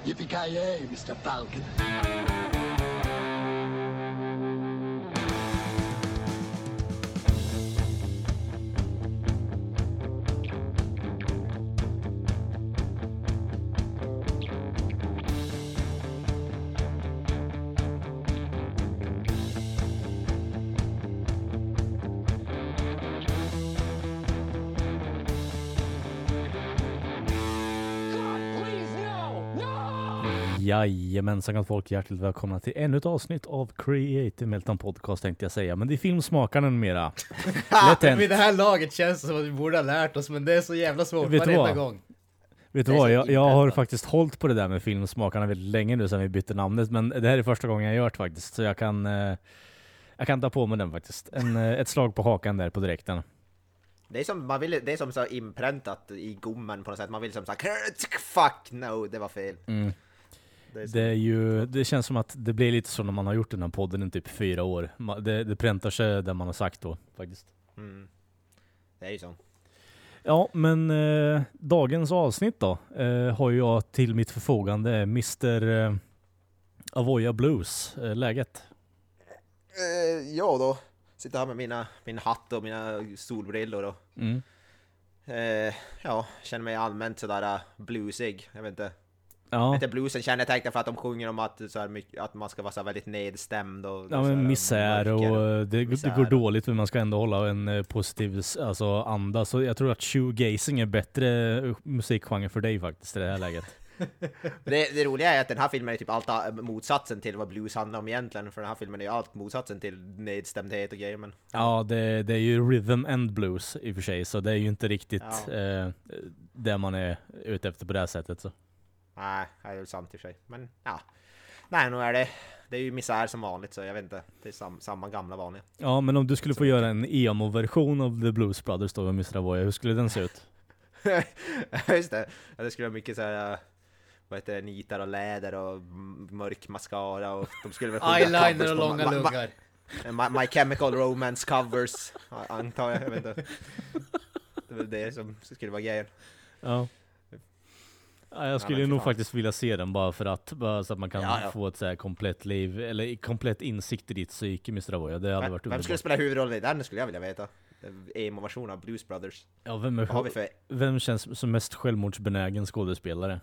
Yippee-ki-yay, Mr. Falcon. Jajamensan kan folk hjärtligt välkomna till ännu ett avsnitt av Creative Meltdown Podcast tänkte jag säga, men det är filmsmakarna numera. Vid det här laget känns det som att vi borde ha lärt oss, men det är så jävla svårt varenda gång. Vet du vad, jag har faktiskt hållit på det där med filmsmakarna väldigt länge nu sedan vi bytte namnet, men det här är första gången jag gör det faktiskt, så jag kan ta på mig den faktiskt. Ett slag på hakan där på direkten. Det är som så inpräntat i gommen på något sätt. Man vill som så här, fuck no, det var fel. Mm. Det känns som att det blir lite så när man har gjort den här podden i typ 4 år. Det präntar sig det man har sagt då faktiskt. Mm. Det är ju så. Ja, men dagens avsnitt då har jag till mitt förfogande Mr. Avoya Blues. Läget? Ja då. Sitter här med min hatt och mina solbrillor och ja, känner mig allmänt sådär bluesig. Jag vet inte. Ja. Inte bluesen kännetecknar för att de sjunger om att, så här mycket, att man ska vara så väldigt nedstämd och ja, men misär och det går dåligt, men man ska ändå hålla en positiv anda. Så jag tror att shoegazing är bättre musikgenre för dig faktiskt i det här läget. Det roliga är att den här filmen är typ allt motsatsen till vad blues handlar om egentligen. För den här filmen är ju allt motsatsen till nedstämdhet och grejer. Men... Ja, det är ju rhythm and blues i och för sig. Så det är ju inte riktigt det man är ute efter på det här sättet. Så. Nej, det är ju sant i och för sig. Men ja, nej, nu är det är ju misär som vanligt, så jag vet inte. Det är samma gamla vanliga. Ja, men om du skulle få göra en emo-version av The Blues Brothers då med Mr. Avoya, hur skulle den se ut? Just det. Det skulle vara mycket så här, vad heter det, nitar och läder och mörk mascara och de skulle väl eyeliner och långa luggar. My Chemical Romance covers, antar jag vet inte. Det är väl det som skulle vara grejen. Ja. Ja, jag skulle nog faktiskt vilja se den bara så att man kan få ett så här komplett liv eller komplett insikt i ditt psyke, Mr. Avoya. Det hade varit underbart. Vem skulle spela huvudrollen i den, skulle jag vilja veta. Emo-version av Blues Brothers. Ja, vem känns som mest självmordsbenägen skådespelare?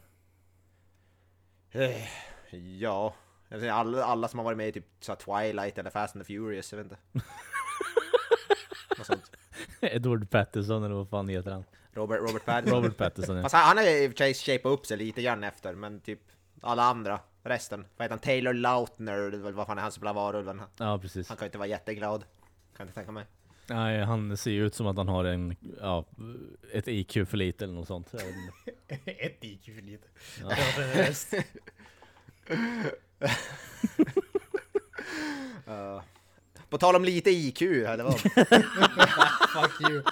Ja, alla som har varit med i typ så Twilight eller Fast and the Furious, jag vet inte. Något sånt. Edward Pattinson eller vad fan heter han? Robert Pattinson. Robert Pattinson, ja. Fast han har i och för sig shapat upp sig lite grann efter, men typ alla andra, resten. Vad heter han? Taylor Lautner, det är väl vad fan är han som spelar varulven? Ja, precis. Han kan inte vara jätteglad, kan inte tänka mig. Nej, han ser ju ut som att han har ett IQ för lite eller något sånt. Ett IQ för lite. Ja. På tal om lite IQ, eller vad? Fuck you.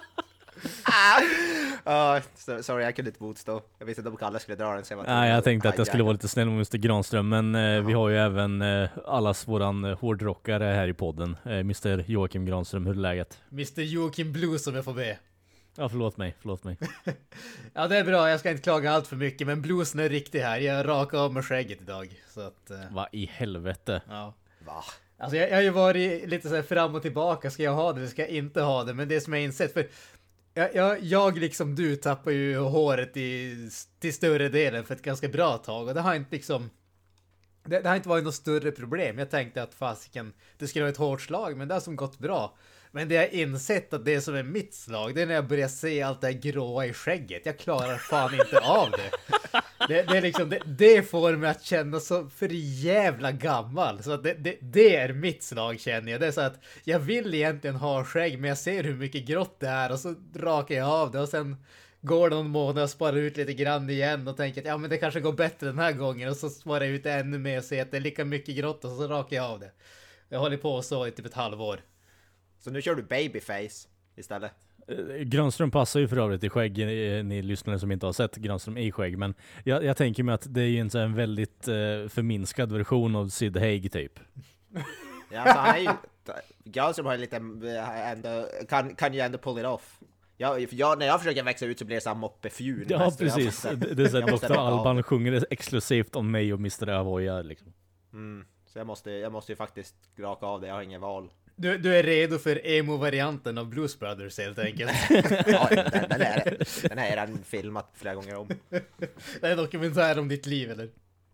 Sorry, jag kunde inte motstå. Jag visste att de Kalle skulle dra den. Nej, jag tänkte att jag skulle vara lite snäll med Mr. Granström, men vi har ju även allas våran hårdrockare här i podden. Mr. Joakim Granström, hur är läget? Mr. Joakim Blues, som jag får be. Ja, förlåt mig. Ja, det är bra, jag ska inte klaga allt för mycket, men bluesen är riktig här. Jag rakar av med skägget idag, så att... Vad i helvete? Ja. Va? Alltså jag har ju varit lite så här fram och tillbaka. Ska jag ha det eller ska jag inte ha det? Men det som jag insett, för jag liksom du tappar ju håret till större delen för ett ganska bra tag. Och det har inte liksom... Det har inte varit något större problem. Jag tänkte att fasiken, det skulle vara ett hårt slag, men det har som gått bra. Men det jag insett att det som är mitt slag, det är när jag börjar se allt det här gråa i skägget. Jag klarar fan inte av det. Det är liksom, det får mig att känna så för jävla gammal. Så att det är mitt slag, känner jag. Det är så att jag vill egentligen ha skägg, men jag ser hur mycket grått det är och så rakar jag av det och sen går någon månad och sparar ut lite grann igen och tänker att ja, men det kanske går bättre den här gången, och så sparar jag ut ännu mer och ser att det är lika mycket grått och så rakar jag av det. Jag håller på så i typ ett halvår. Så nu kör du babyface istället? Granström passar ju för övrigt i skägg, ni lyssnare som inte har sett Granström i skägg, men jag tänker mig att det är ju en väldigt förminskad version av Sid Haig typ. Ja, så han är ju... Granström har lite ändå, kan ju ändå pull it off. När jag försöker växa ut så blir det så här moppefjun. Ja, precis. Det är så jag måste Dr. raka av. Alban sjunger exklusivt om mig och Mr. Avoya liksom. Så jag måste ju faktiskt raka av det, jag har ingen val. Du är redo för emo-varianten av Blues Brothers helt enkelt. Ja, den är redan filmat flera gånger om. Det är en dokumentär om ditt liv, eller?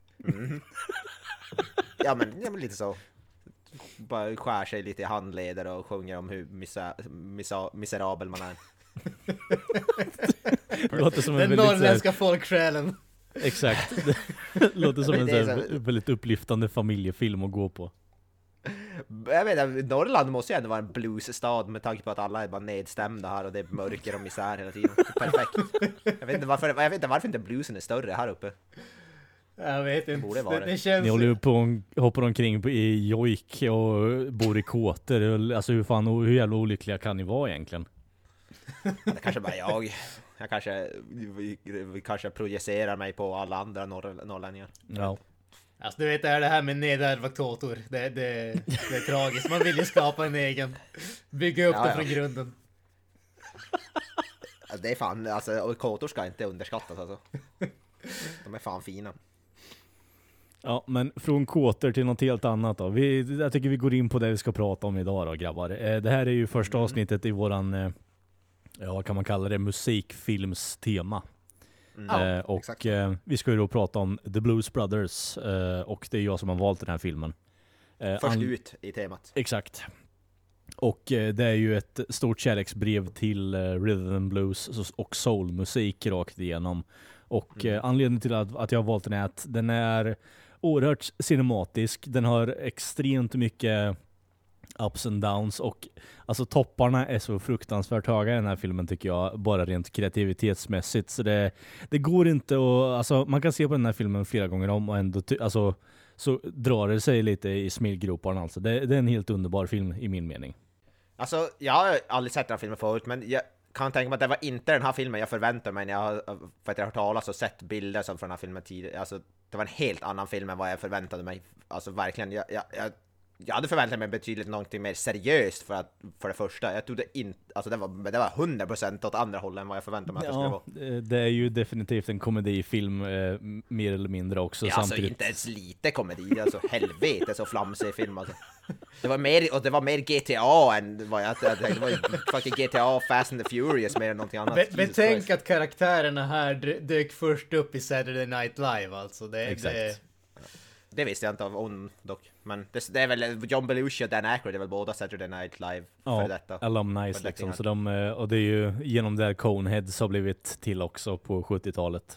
Ja men lite så. Bara skär sig lite i handleder och sjunger om hur miserabel man är. Låter som en Den väldigt, norrländska folksjälen. exakt. Låter som en Det är så här, väldigt upplyftande familjefilm att gå på. Jag vet inte, Norrland måste ju ändå vara en bluesstad med tanke på att alla är bara nedstämda här och det är mörker och misär hela tiden. Perfekt. Jag vet inte varför inte bluesen är större här uppe. Jag vet inte. Borde vara Det känns... Ni håller ju på hoppar omkring i jojk och bor i kåtor. Alltså hur jävla olyckliga kan ni vara egentligen? Ja, det kanske bara jag. Jag kanske projicerar mig på alla andra norrlänningar. Ja. Alltså du vet det här med nedärvda tåtor. Det är tragiskt. Man vill ju skapa en egen. Bygga upp det från grunden. Det är fan, alltså, och kåtor ska inte underskattas alltså. De är fan fina. Ja, men från kåtor till något helt annat då. Jag tycker vi går in på det vi ska prata om idag då, grabbar. Det här är ju första avsnittet i våran, vad kan man kalla det, musikfilmstema. Och vi ska ju då prata om The Blues Brothers, och det är jag som har valt den här filmen. Först ut i temat. Exakt. Och det är ju ett stort kärleksbrev till rhythm and blues och soulmusik rakt igenom. Och anledningen till att jag har valt den är att den är oerhört cinematisk. Den har extremt mycket ups and downs och alltså topparna är så fruktansvärt höga i den här filmen tycker jag, bara rent kreativitetsmässigt. Så det går inte att, alltså man kan se på den här filmen flera gånger om och ändå alltså så drar det sig lite i smilgroparna alltså. Det är en helt underbar film i min mening. Alltså, jag har aldrig sett den här filmen förut, men jag kan tänka mig att det var inte den här filmen jag förväntar mig när jag har hört talas och sett bilder som från den här filmen tidigare. Alltså, det var en helt annan film än vad jag förväntade mig. Alltså verkligen, jag hade förväntat mig betydligt någonting mer seriöst för det första. Jag trodde inte, alltså det var 100% åt andra hållet än vad jag förväntade mig att det skulle vara. Det är ju definitivt en komedifilm mer eller mindre också. Ja, samtidigt. alltså inte ens lite komedi, alltså helvete så flamsig film alltså. Det var mer GTA än vad jag tänkte. Det var ju fucking GTA Fast and the Furious mer än någonting annat. Betänk att karaktärerna här dök först upp i Saturday Night Live alltså. Det visste jag inte om dock. Men det är väl John Belushi och Dan Aykroyd, det är väl båda Saturday Night Live för detta. Alumni liksom. Så och det är ju genom det här Coneheads har blivit till också på 70-talet.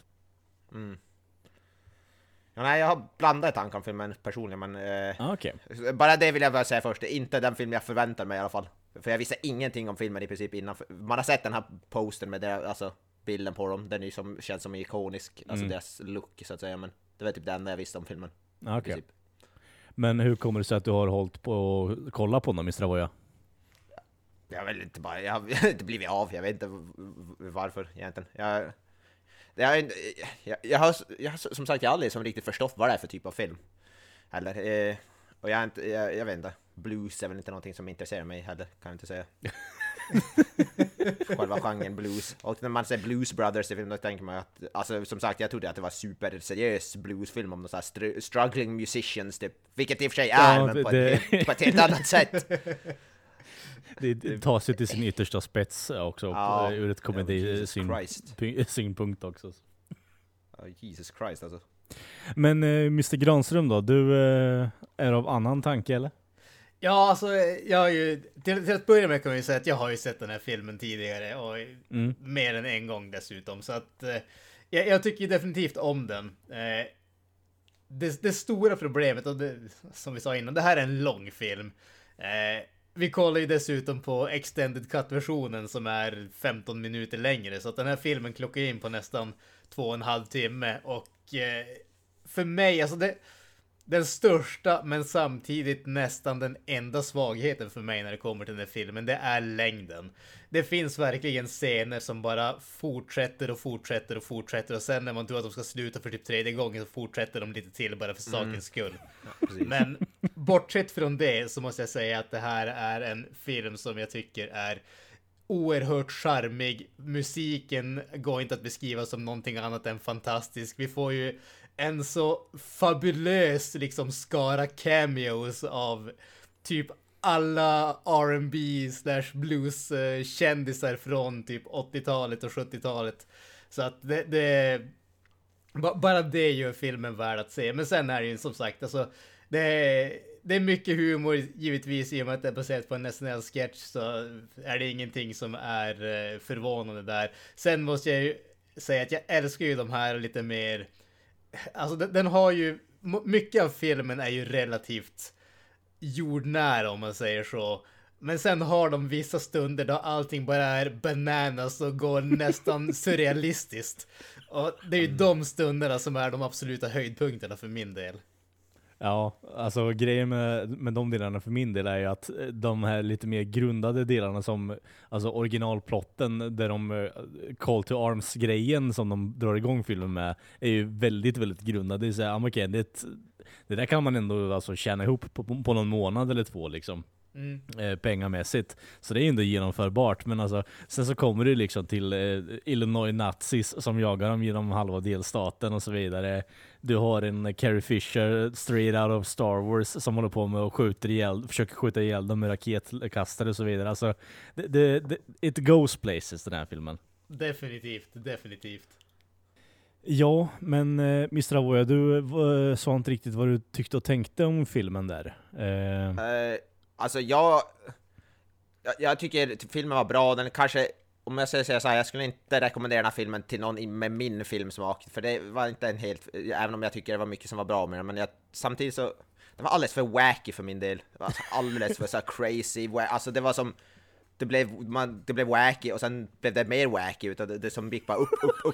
Ja, nej, jag har blandat tankar om filmen personligen, men okay. Bara det vill jag bara säga först. Det är inte den film jag förväntar mig i alla fall. För jag visste ingenting om filmen i princip innan. Man har sett den här postern med det, alltså bilden på dem. Den är ju som, känns som ikonisk, alltså deras look så att säga. Men det var typ det enda jag visste om filmen. Okay. Men hur kommer det sig att du har hållit på att kolla på dem i Stravoja? Jag har inte blivit av, jag vet inte varför egentligen. Jag har som sagt jag aldrig som riktigt förstått vad det är för typ av film. Eller, och jag vet inte. Blues är väl inte någonting som intresserar mig heller, kan jag inte säga. Själva genren blues. Och när man säger Blues Brothers i film, då tänker man att, alltså som sagt, jag trodde att det var superseriös bluesfilm om någon sån här struggling musicians typ. Vilket i och för sig är, men på ett helt annat sätt. Det tar sig till sin yttersta spets också, ur ett komedi-synpunkt också. Jesus Christ alltså. Men Mr. Granström då, du är av annan tanke eller? Ja, alltså jag har ju, till att börja med kan jag ju säga att jag har ju sett den här filmen tidigare och mer än en gång dessutom, så att jag tycker definitivt om den. Det stora problemet, och som vi sa innan, det här är en lång film. Vi kollar ju dessutom på extended cut-versionen som är 15 minuter längre, så att den här filmen klockar in på nästan 2,5 timme, och för mig, alltså den största men samtidigt nästan den enda svagheten för mig när det kommer till den här filmen, det är längden. Det finns verkligen scener som bara fortsätter och sen när man tror att de ska sluta för typ 3:e gången så fortsätter de lite till bara för sakens skull. Ja, men bortsett från det så måste jag säga att det här är en film som jag tycker är oerhört charmig. Musiken går inte att beskriva som någonting annat än fantastisk. Vi får ju en så fabulös liksom skara cameos av typ alla R&B / blues kändisar från typ 80-talet och 70-talet. Så att bara det gör filmen värd att se. Men sen är det ju som sagt, alltså, det är mycket humor givetvis, i och med att det är baserat på en SNL-sketch, så är det ingenting som är förvånande där. Sen måste jag ju säga att jag älskar ju de här lite mer, alltså den har ju, mycket av filmen är ju relativt jordnära om man säger så. Men sen har de vissa stunder då allting bara är bananas och går nästan surrealistiskt. Och det är ju de stunderna som är de absoluta höjdpunkterna för min del. Ja, alltså grejen med de delarna för min del är ju att de här lite mer grundade delarna, som alltså originalplotten, där de call to arms-grejen som de drar igång filmen med, är ju väldigt, väldigt grundade. Så okay, det där kan man ändå alltså tjäna ihop på någon månad eller två liksom. Pengamässigt. Så det är ju ändå genomförbart. Men alltså, sen så kommer det liksom till Illinois nazis som jagar dem genom halva delstaten och så vidare. Du har en Carrie Fisher straight out of Star Wars som håller på med och försöker skjuta ihjäl dem med raketkastare och så vidare. Alltså, it goes places, den här filmen. Definitivt. Ja, men Mr. Avoya, du sa inte riktigt vad du tyckte och tänkte om filmen där. Alltså jag tycker filmen var bra. Den kanske, om jag ska säga så här, jag skulle inte rekommendera den här filmen till någon med min filmsmak, för det var inte en helt, även om jag tycker det var mycket som var bra med den, men samtidigt så den var alldeles för wacky för min del. Det var alltså alldeles för så crazy, alltså det var som det blev wacky och sen blev det mer wacky, utan det som gick bara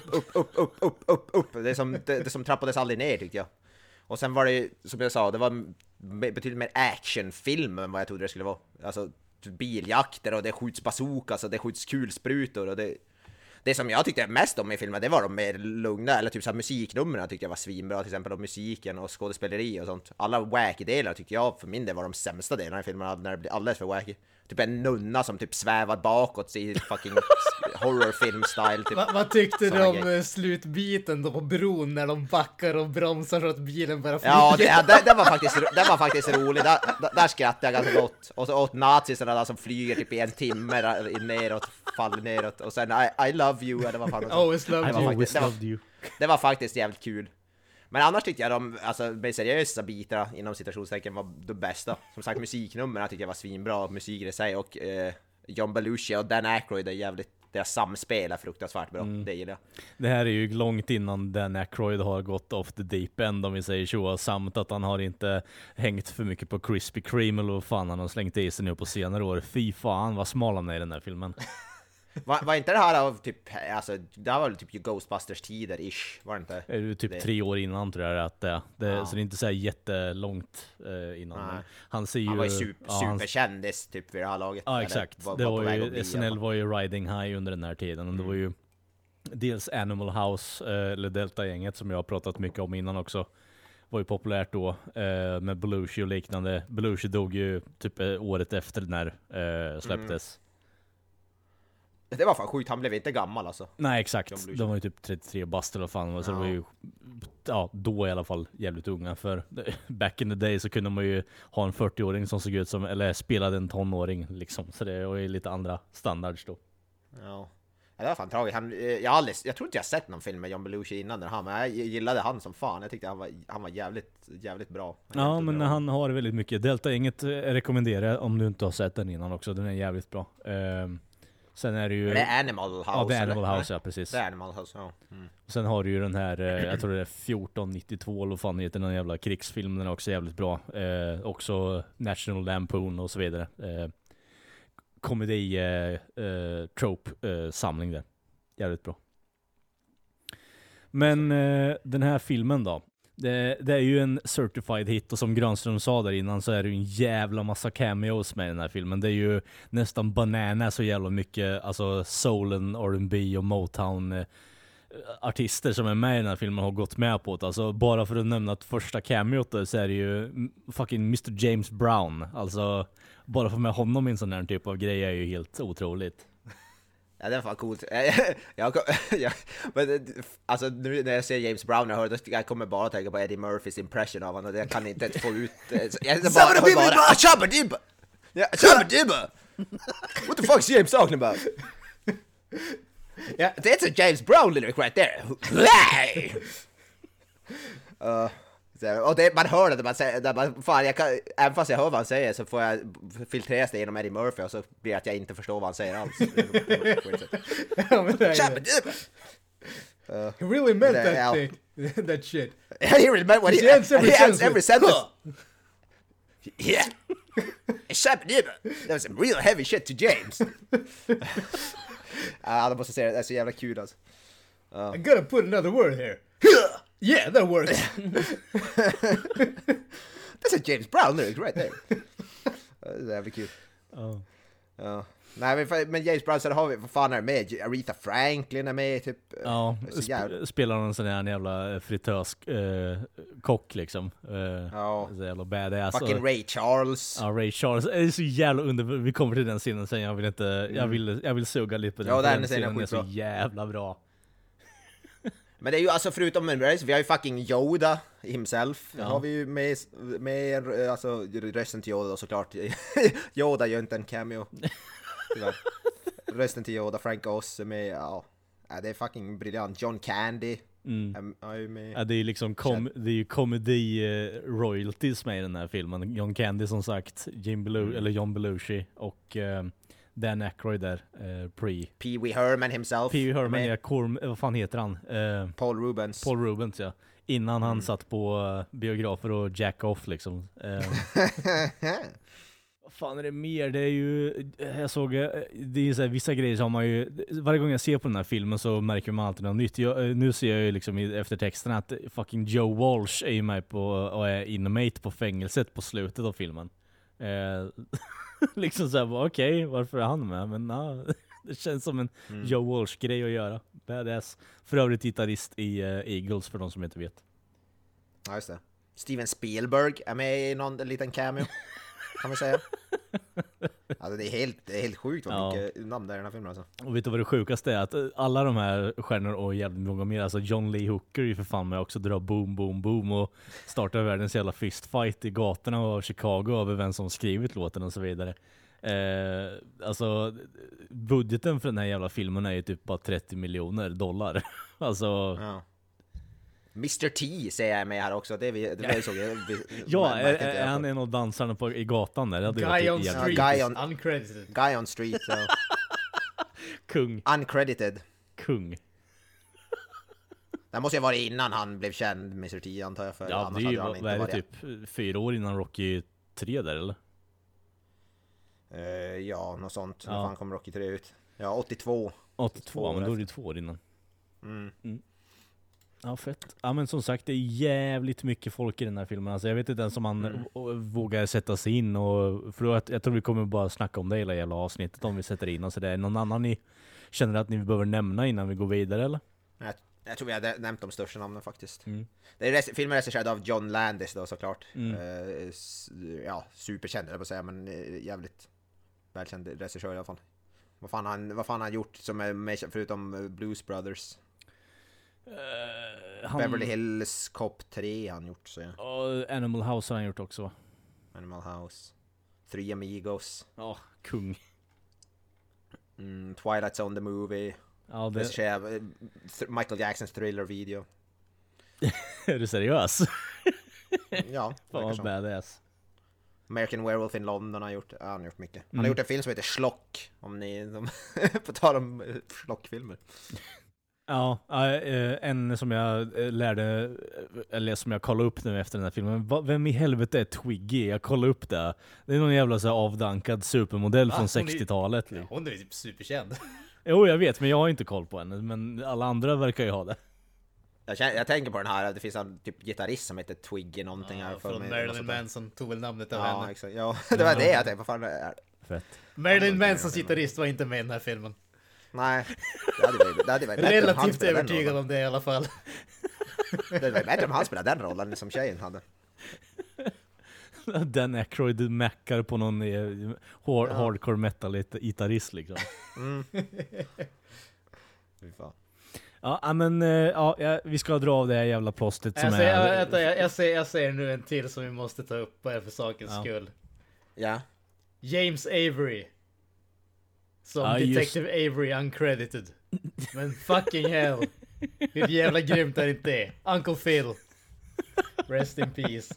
upp. Det som trappades aldrig ner, tyckte jag. Och sen var det, som jag sa, det var betydligt mer actionfilm än vad jag trodde det skulle vara. Alltså biljakter och det skjuts bazookas och det skjuts kulsprutor och det som jag tyckte mest om i filmen, det var de mer lugna, eller typ så här musiknumren tyckte jag var svinbra, till exempel, och musiken och skådespeleri och sånt. Alla wacky-delar tyckte jag för min del var de sämsta delarna i filmen, när det blir alldeles för wacky. Typ en nunna som typ svävar bakåt i fucking horrorfilm-style. Typ. Vad tyckte du om slutbiten då på bron när de backar och bromsar så att bilen bara flyger? Ja, det var faktiskt roligt. Där skrattade jag ganska gott. Och så åt nazisarna där som flyger typ i en timme neråt, faller neråt. Och sen I love you. Det var fan always loved you. Det var faktiskt jävligt kul. Men annars tyckte jag de mer seriösa bitarna inom citationstecken var de bästa. Som sagt, musiknumren tyckte jag var svinbra, musiken i sig, och John Belushi och Dan Aykroyd är jävligt, deras samspel är fruktansvärt bra. Det gillar jag. Det här är ju långt innan Dan Aykroyd har gått off the deep end, om vi säger så, samt att han har inte hängt för mycket på Krispy Kreme eller vad fan han har slängt i sig nu på senare år. Fy fan vad smal han är i den här filmen. Var inte det här av typ, alltså det här var väl typ Ghostbusters tider ish, var det inte? Är det typ 3 år innan, tror jag att det ja. Så det är inte så här jättelångt innan. Han var ju superkändis typ vid det här laget. Ja, exakt. Det var ju, SNL var ju riding high under den här tiden. Och det var ju dels Animal House, eller Delta-gänget som jag har pratat mycket om innan också. Var ju populärt då med Belushi och liknande. Belushi dog ju typ året efter när släpptes. Det var fan sjukt, han blev inte gammal alltså. Nej, exakt. De var ju typ 33 bast eller vad fan. Så det var ju, då i alla fall jävligt unga. För back in the day så kunde man ju ha en 40-åring som såg ut som, eller spelade en tonåring liksom. Så det var ju lite andra standards då. Ja, det var fan tragiskt. Jag tror inte jag sett någon film med John Belushi innan den här, men jag gillade han som fan. Jag tyckte han var jävligt bra. Ja, men bra. Han har väldigt mycket. Delta-gänget rekommenderar om du inte har sett den innan också. Den är jävligt bra. Sen är det ju... Det är Animal House. Ja, det är Animal House, ja, precis. Det är Animal House, ja. Sen har du ju den här, jag tror det är 1492 eller vad fan heter, någon jävla krigsfilm. Den är också jävligt bra. Också National Lampoon och så vidare. Komedi, trope-samling där. Jävligt bra. Men den här filmen då. Det är ju en certified hit, och som Granström sa där innan så är det ju en jävla massa cameos med den här filmen. Det är ju nästan banana så jävla mycket, alltså soulen, R&B och Motown artister som är med i den här filmen har gått med på det. Alltså bara för att nämna att första cameot då, så är det ju fucking Mr. James Brown. Alltså bara för med honom i en sån här typ av grej är ju helt otroligt. Ja, det var fan coolt. Men alltså nu när jag ser James Brown och hör då jag kommer bara tänka på Eddie Murphys impression av honom och det kan inte få ut. Jag bara Shabba-dibba! Ja, Shabba-dibba! What the fuck is James talking about? Yeah, that's a James Brown lyric right there. Och det, man hör det, man säger, fan, även fast jag hör vad han säger så får jag filtrera det genom Eddie Murphy och så blir det att jag inte förstår vad han säger alls. He really meant that thing. That shit. He really meant what he ends every sentence. Yeah. That was some real heavy shit to James. Jag måste säga det är så jävla kul alltså. I gotta put another word here. Yeah, that works. That's a James Brown lyric right there. Det är jävligt kul. Nej, men James Brown så har vi, vad fan är det med? Aretha Franklin är med typ. Ja, spelar någon sån här jävla fritös kock liksom. Så jävla badass. Fucking Ray Charles. Ja, Ray Charles. Det är så jävla underbart. Vi kommer till den scenen sen. Jag vill inte, jag vill suga lite på den. Ja, den scenen är så jävla bra. Men det är ju alltså förutom vi har ju fucking Yoda himself. Har vi ju med alltså rösten till Yoda då, såklart. Yoda gör inte en cameo. Rösten till Yoda, Frank Oz med, ja det är fucking briljant. John Candy är med. Ja, det är liksom det är ju komedi royalties med i den här filmen. John Candy som sagt, John Belushi och Dan Aykroyd där, Pee Wee Herman himself. Pee Wee Herman, ja, vad fan heter han? Paul Rubens, ja. Innan han satt på biografer och jack off liksom. Vad fan är det mer? Det är ju, jag såg, det är så här, vissa grejer som man ju, varje gång jag ser på den här filmen så märker man alltid något nytt. Nu ser jag ju liksom efter texterna att fucking Joe Walsh är ju med på och är inmate på fängelset på slutet av filmen. Liksom såhär, okej, varför är han med? Men det känns som en Joe Walsh-grej att göra. Badass. För övrigt gitarrist i Eagles, för de som inte vet. Ja, just det. Steven Spielberg är med i någon liten cameo, kan man säga. Alltså det är helt sjukt vad mycket namn där i den här filmen alltså. Och vet du vad det sjukaste är? Att alla de här stjärnor och jävligt många mer, alltså John Lee Hooker är ju för fan med också, drar boom boom boom och startar världens jävla fistfight i gatorna av Chicago över vem som skrivit låten och så vidare. Alltså budgeten för den här jävla filmen är ju typ bara $30 miljoner. Alltså Mr. T säger jag med här också. Det var ju så. Är han en av dansarna i gatan där? Guy on Street. Uncredited. Guy on Street. So. Kung. Uncredited. Kung. Det måste ju vara innan han blev känd, Mr. T, antar jag. För ja, det är ju var typ 4 år innan Rocky 3 där, eller? Ja, något sånt. När fan kom Rocky 3 ut? Ja, 82. 82, men då är det 2 år innan. Ja, fett. Ja, men som sagt, det är jävligt mycket folk i den här filmen. Alltså, jag vet inte ens om man vågar sätta sig in. För jag tror vi kommer bara snacka om det hela jävla avsnittet om vi sätter in oss. Så det är någon annan ni känner att ni behöver nämna innan vi går vidare, eller? Jag tror vi har nämnt de största namnen faktiskt. Det är filmen regisserad av John Landis då, såklart. Ja, superkänd eller på att säga, men jävligt välkänd regissör i alla fall. Vad fan har han gjort som är med, förutom Blues Brothers? Beverly Hills Cop 3 har han gjort, så ja. Animal House har han gjort också, va? Animal House, Three Amigos. Ja, kung. Twilight Zone the Movie. Ja, Michael Jacksons Thriller-video. Är du seriös? Ja, fan vad badass. American Werewolf in London har gjort, han har gjort mycket. Han har gjort en film som heter Schlock, om ni på tal om Schlock-filmer. Ja, en som jag lärde, eller som jag kollade upp nu efter den här filmen. Vem i helvete är Twiggy? Jag kollade upp det. Det är någon jävla så här avdankad supermodell från 60-talet. Hon är typ superkänd. Jo, jag vet, men jag har inte koll på henne. Men alla andra verkar ju ha det. Jag tänker på den här, det finns en typ gitarrist som heter Twiggy någonting här. Från Marilyn Manson tog väl namnet av henne. Exakt. Ja, det var det jag tänkte, vad fan är det? Fett. Marilyn Mansons gitarrist var inte med i den här filmen. Nej, det hade varit relativt övertygad om det i alla fall. Det var bättre om han spelade den rollen som tjejen hade. Dan Aykroyd mackar på någon hardcore metal-gitarrist liksom. Fy fan. Ja, men vi ska dra av det här jävla plåstret som Jag ser nu en till som vi måste ta upp bara för sakens skull. Ja. James Avery. Som Detective Avery uncredited. Men fucking hell. Hur jävla grymt är inte det? Uncle Phil. Rest in peace.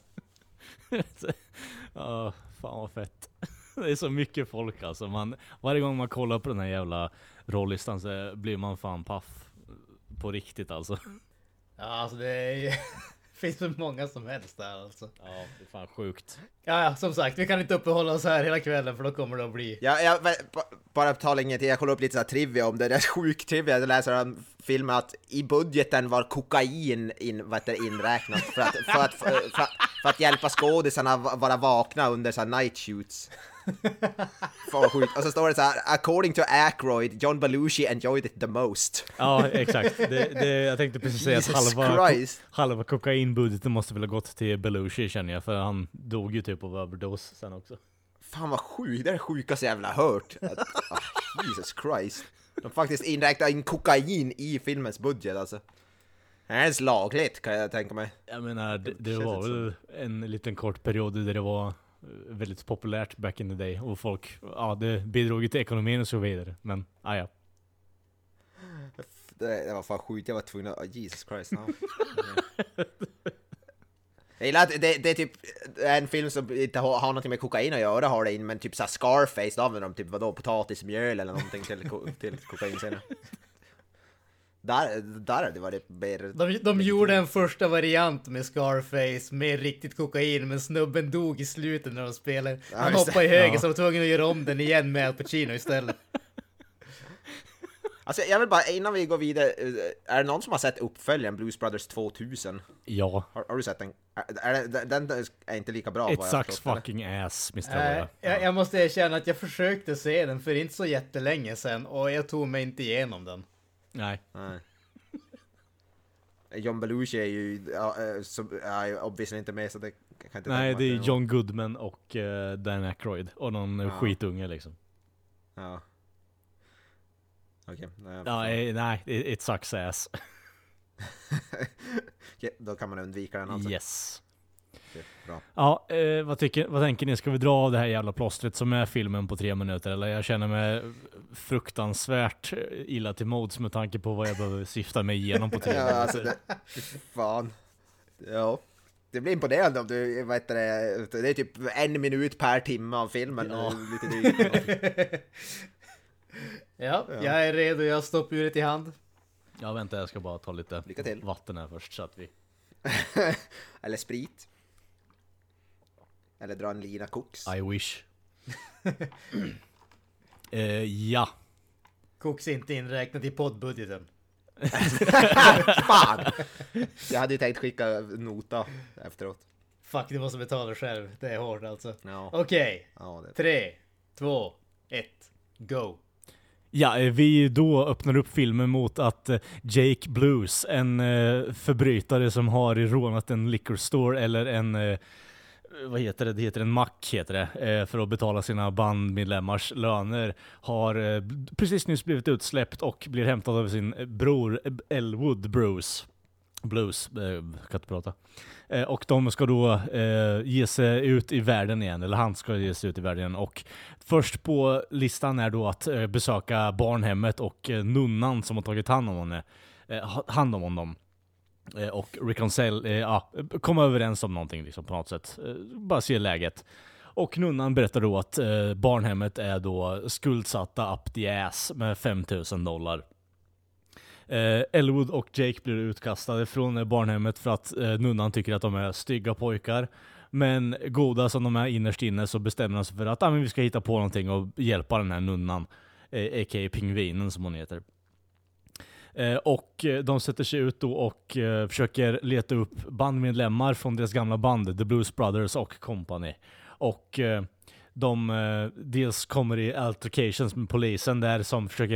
Ja, fan vad fett. Det är så mycket folk alltså. Varje gång man kollar på den här jävla rollistan så blir man fan paff. På riktigt alltså. Ja, alltså det finns väl många som helst där alltså. Ja, det är fan sjukt. Ja, som sagt, vi kan inte uppehålla oss här hela kvällen för då kommer det att bli... Ja, bara tala ingenting. Jag kollar upp lite så här trivia om det. Det är sjuk trivia. Jag läser om filmen att i budgeten var kokain inräknat för att hjälpa skådisarna vara vakna under så här night shoots. Fan vad sjukt. Och så står det så här: according to Aykroyd, John Belushi enjoyed it the most. Ja, exakt. Jag tänkte precis säga att halva kokainbudgeten måste väl ha gått till Belushi, känner jag, för han dog ju typ av överdos sen också. Fan vad sjukt, det är det sjukaste jag jävla hört. Jesus Christ. De faktiskt inräknar in kokain i filmens budget alltså. Det är ens lagligt, kan jag tänka mig. Jag menar, det var väl en liten kort period där det var väldigt populärt back in the day och folk, det bidrog till ekonomin och så vidare, men ja. Det var fan sjukt, jag var tvungen att... Jesus Christ, no. Jag gillar att det är typ en film som inte har någonting med kokain att göra, har det in, men typ såhär Scarface, då använder de typ potatismjöl eller någonting till kokain senare. Där det var det mer... De gjorde en första variant med Scarface med riktigt kokain, men snubben dog i slutet när de spelade. Han hoppade i höger så de var tvungna att göra om den igen med Al Pacino istället. Alltså jag vill bara, innan vi går vidare, är det någon som har sett uppföljaren Blues Brothers 2000? Ja. Har du sett den? Den är inte lika bra. It sucks fucking ass, Mr. Jag måste erkänna att jag försökte se den för inte så jättelänge sedan och jag tog mig inte igenom den. Nej. John Belushi är ju obviously inte med, så det kan inte... Nej, det är John Goodman och Dan Aykroyd och någon skitunge liksom. Ja. Okej. Nej, it sucks ass. Okay, då kan man undvika den alltså. Yes. Okay, bra. Ja, vad tänker ni? Ska vi dra av det här jävla plåstret som är filmen på 3 minuter? Eller jag känner mig fruktansvärt illa till mods med tanke på vad jag behöver syfta mig igenom på 3 minuter. Alltså fan. Ja. Det blir imponerande om du, det är typ 1 minut per timme av filmen. Ja. Lite drygt. Ja, jag är redo. Jag stoppar uret i hand. Ja, vänta, jag ska bara ta lite vatten här först så att vi... Eller sprit. Eller dra en lina koks. I wish. Ja. Koks inte inräknat i poddbudgeten. Fan! Jag hade ju tänkt skicka nota efteråt. Fuck, du måste betala själv. Det är hårt alltså. No. Okej. 3, 2, 1, go. Ja, vi då öppnar upp filmen mot att Jake Blues, en förbrytare som har rånat en liquor store eller en vad heter det? Det heter en mack heter det, för att betala sina bandmedlemmars löner, har precis nyss blivit utsläppt och blir hämtad av sin bror Elwood Blues, kan inte prata. Och de ska då ge sig ut i världen igen, eller han ska ge sig ut i världen igen. Och först på listan är då att besöka barnhemmet och nunnan som har tagit hand om honom. Och komma överens om någonting liksom, på något sätt. Bara se läget. Och nunnan berättar då att barnhemmet är då skuldsatta up the ass med $5,000. Elwood och Jake blir utkastade från barnhemmet för att nunnan tycker att de är stygga pojkar. Men goda som de är innerst inne så bestämmer de sig för att vi ska hitta på någonting och hjälpa den här nunnan, a.k.a. pingvinen som hon heter. Och de sätter sig ut då och försöker leta upp bandmedlemmar från deras gamla band, The Blues Brothers och Company. Och de dels kommer i altercations med polisen där som försöker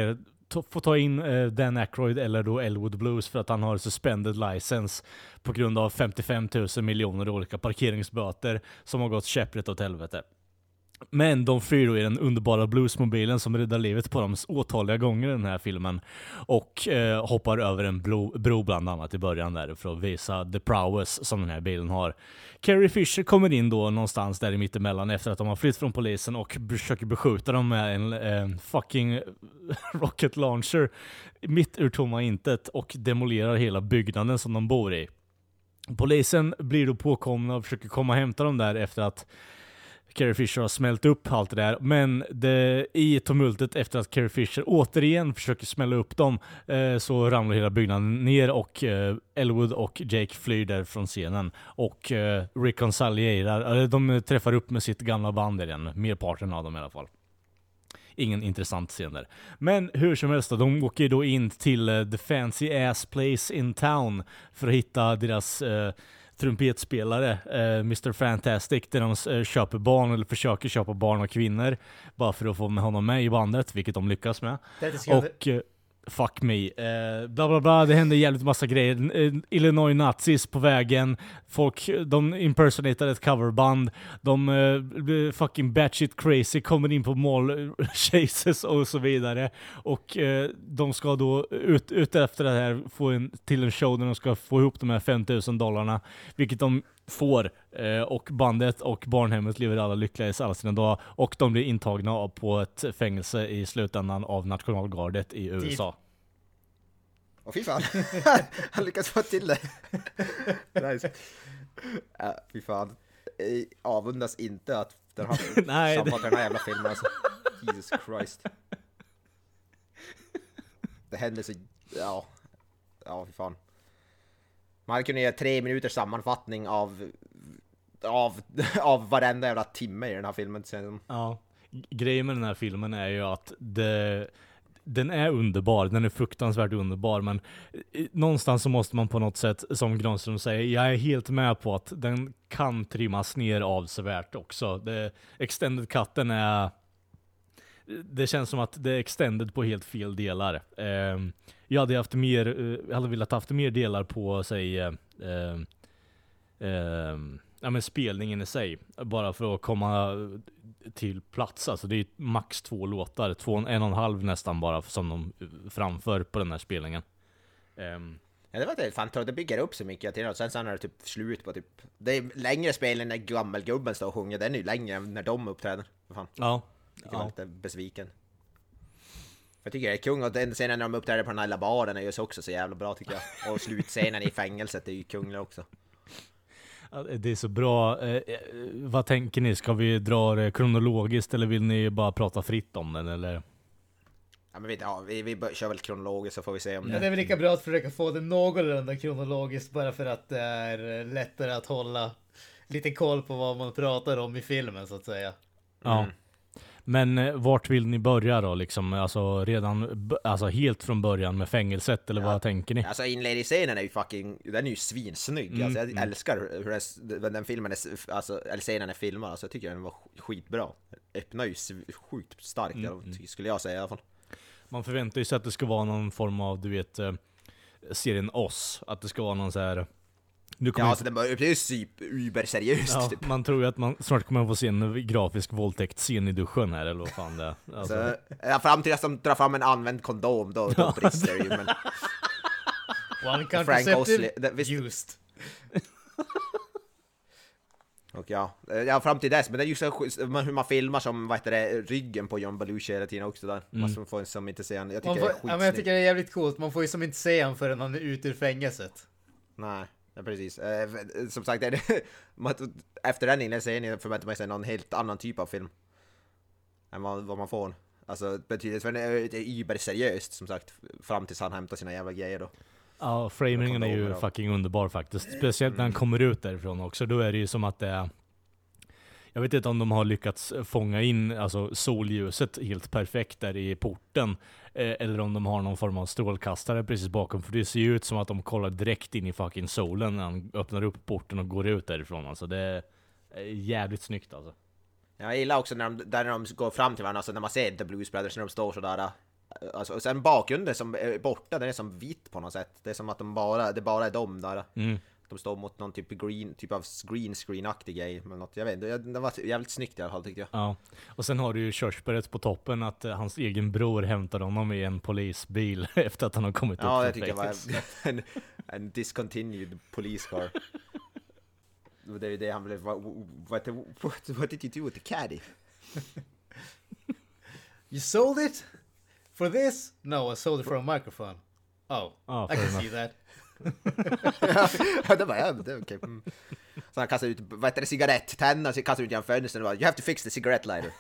få ta in Dan Aykroyd eller då Elwood Blues för att han har suspended license på grund av 55 000 miljoner olika parkeringsböter som har gått käpprätt åt helvete. Men de flyr då i den underbara bluesmobilen som räddar livet på dem åtaliga gånger i den här filmen och hoppar över en bro bland annat i början där för att visa the prowess som den här bilen har. Carrie Fisher kommer in då någonstans där i mittemellan efter att de har flytt från polisen och försöker beskjuta dem med en fucking rocket launcher mitt ur tomma intet och demolerar hela byggnaden som de bor i. Polisen blir då påkomna och försöker komma och hämta dem där efter att Carrie Fisher har smält upp allt det där, men i tumultet efter att Carrie Fisher återigen försöker smälla upp dem så ramlar hela byggnaden ner och Elwood och Jake flyr där från scenen och reconcilierar, de träffar upp med sitt gamla band igen, merparten av dem i alla fall. Ingen intressant scen där. Men hur som helst då, de åker då in till the fancy ass place in town för att hitta deras trumpetspelare, Mr. Fantastic, där de köper barn eller försöker köpa barn och kvinnor bara för att få med honom med i bandet, vilket de lyckas med. Och fuck me, bla bla bla, det händer jävligt massa grejer. Illinois nazis på vägen, folk, de impersonatar ett coverband, de blir fucking batshit crazy, kommer in på mall chases och så vidare, och de ska då ut efter det här få till en show där de ska få ihop de här $5,000, vilket de får, och bandet och barnhemmet lever alla lyckliga i alla sina dagar, och de blir intagna på ett fängelse i slutändan av nationalgardet i USA. Åh fy fan, han lyckas få till det. Nice. Fy fan, avundas inte att den har sammanfattat den här jävla filmen alltså. Jesus Christ. Det händer så, ja fy fan. Man kunde göra 3 minuters sammanfattning av varenda jävla timme i den här filmen. Ja, grejen med den här filmen är ju att den är underbar, den är fruktansvärt underbar, men någonstans så måste man på något sätt, som Granström säger, jag är helt med på att den kan trimmas ner avsevärt också. Extended cutten är, det känns som att det är extended på helt fel delar. Jag hade velat haft mer delar på sig men spelningen i sig, bara för att komma till plats. Alltså det är max 2 låtar, 1,5 nästan bara som de framför på den här spelningen. Ja, det var det fan, det bygger upp så mycket till, och sen är det typ slut på typ, det är längre spel än när gammelgubben står och sjunger, den är ju längre än när de uppträder. Fan. Ja. Jag var lite besviken. Jag tycker det är kung, och den scenen när de uppträder på den här lilla baren är ju också så jävla bra tycker jag. Och slutscenen i fängelset är ju kunglig också. Det är så bra. Vad tänker ni? Ska vi dra det kronologiskt eller vill ni bara prata fritt om den? Eller? Ja, men vi kör väl kronologiskt så får vi se om det är väl lika bra att försöka få det någorlunda kronologiskt, bara för att det är lättare att hålla lite koll på vad man pratar om i filmen så att säga. Ja. Men vart vill ni börja då? Liksom, alltså helt från början med fängelset, eller vad tänker ni? Alltså inledningsscenen är ju den är ju svinsnygg. Alltså, jag älskar hur den filmen är, alltså, eller scenen är filmad. Alltså, jag tycker den var skitbra. Öppnar ju sjukt starkt, skulle jag säga i alla fall. Man förväntar ju sig att det ska vara någon form av, du vet, serien Oss. Att det ska vara någon så här... alltså det blir ju uberseriöst. Ja, typ. Man tror ju att man snart kommer att få se en grafisk våldtäktsscen i duschen här, eller vad fan det är. Alltså. Fram till att de drar fram en använd kondom, då brister det ju. Men... One contraceptive used. Och fram till dess, men det är ju så hur man filmar som, ryggen på John Belushi hela tiden också där. Man får som inte se han. Jag tycker det är skitsnyggt. Men jag tycker det är jävligt coolt. Man får ju som inte se han förrän han är ute ur fängelset. Nej. Ja, precis. Som sagt, efter den inledningen förväntar man sig någon helt annan typ av film än vad man får. Alltså, betydligt, för det är yberseriöst, som sagt, fram tills han hämtar sina jävla grejer då. Ja, framingen är ju fucking underbar faktiskt. Speciellt när han kommer ut därifrån också. Då är det ju som att det är... Jag vet inte om de har lyckats fånga in alltså solljuset helt perfekt där i porten, eller om de har någon form av strålkastare precis bakom, för det ser ju ut som att de kollar direkt in i fucking solen när han öppnar upp porten och går ut därifrån. Alltså det är jävligt snyggt alltså. Jag gillar också när de går fram till varandra, alltså när man ser The Blues Brothers när de står sådär Alltså, och sen bakgrunden som är borta, den är som vit på något sätt. Det är som att det bara är de där. De står mot någon typ av green screen-aktig grej. Men något, jag vet inte, det var jävligt snyggt i alla fall, tyckte jag. Ja, och sen har du ju körsbäret på toppen att hans egen bror hämtar honom i en polisbil efter att han har kommit upp. Ja, det tycker jag var en discontinued police car. Det är ju det han blev, what did you do with the caddy? You sold it? For this? No, I sold it for a microphone. Oh, I can see that. Ja, det var okej. Så han kastar ut, cigaretttändaren, så kastar ut genom fönstret och bara, you have to fix the cigarette lighter.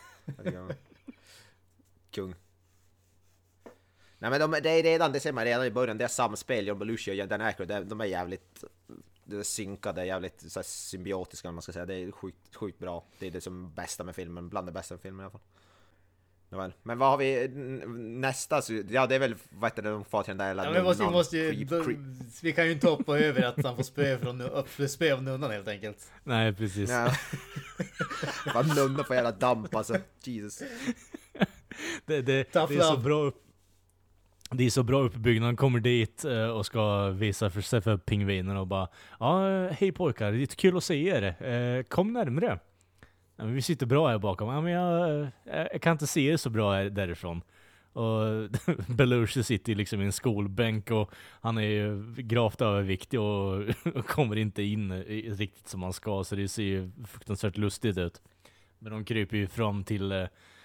Kung. Nej, men det ser man redan i början, det är samspel, John Belushi och Dan Aykroyd, de är jävligt synkade, jävligt så här, symbiotiska, om man ska säga. Det är sjukt bra. Det är det som bästa med filmen, bland det bästa med filmen i alla fall. Men vad har vi nästa? Ja, det är väl, vad heter det, de far till den där... Ja, vi kan ju inte hoppa över att han får spö av nunnan helt enkelt. Nej, precis. Ja. Vad nunna på jävla damp, alltså. Jesus. Det är så bra det är så bra uppbyggnad. Han kommer dit och ska visa för sig för pingvinerna och bara, ja, hej pojkar, det är kul att se er. Kom närmare. Ja, men vi sitter bra här bakom. Ja, men jag kan inte se er så bra här därifrån. Och Belushi sitter liksom i en skolbänk och han är ju gravt överviktig och kommer inte in riktigt som han ska, så det ser ju fruktansvärt lustigt ut. Men de kryper ju fram till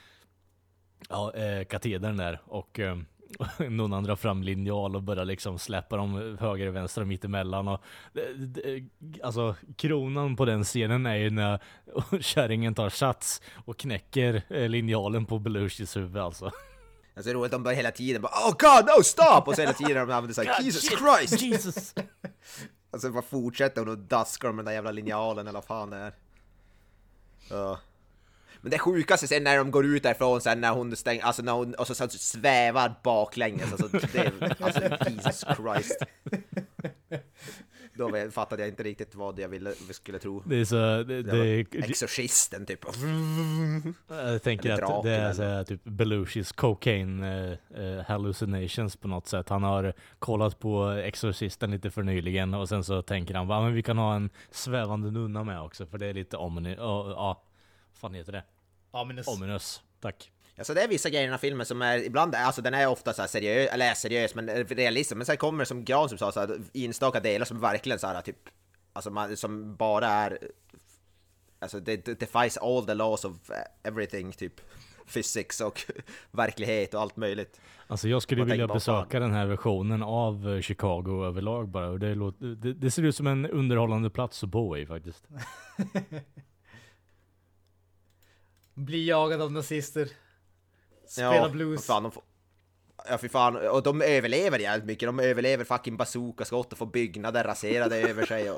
katedern där och någon andra drar fram linjal och börjar liksom släppa dem höger och vänster och mitt emellan. Och alltså kronan på den scenen är ju när kärringen tar sats och knäcker linjalen på Belushis huvud alltså. Alltså det är roligt, de bara hela tiden bara, oh god, no, stop! Och så hela tiden de använder såhär, Jesus Christ! Jesus! Alltså bara fortsätter hon och daskar med den där jävla linjalen eller vad fan det är. Men det sjukaste sen när de går ut därifrån, sen när hon stänger, alltså när hon och så svävar baklänges, alltså alltså Jesus Christ. Då fattade jag inte riktigt vad jag skulle tro. Det är så det exorcisten typ. Jag tänker att det är så här, typ Belushis cocaine hallucinations på något sätt. Han har kollat på Exorcisten lite för nyligen och sen så tänker han, men vi kan ha en svävande nunna med också, för det är lite vad fan heter det? Ominous. Tack. Alltså det är vissa grejer i den här filmen som är ibland, alltså den är ofta så här seriös men realistisk, men sen kommer det som Gran som sa så här, enstaka delar som verkligen så här typ, alltså som bara är, alltså det defies all the laws of everything, typ physics och verklighet och allt möjligt. Alltså jag skulle vilja besöka den här versionen av Chicago överlag bara, och det ser ut som en underhållande plats att bo i faktiskt. Bli jagad av nazister. Spela blues. För fan. Och de överlever jävligt mycket. De överlever fucking bazookaskott och får byggnader raserade över sig.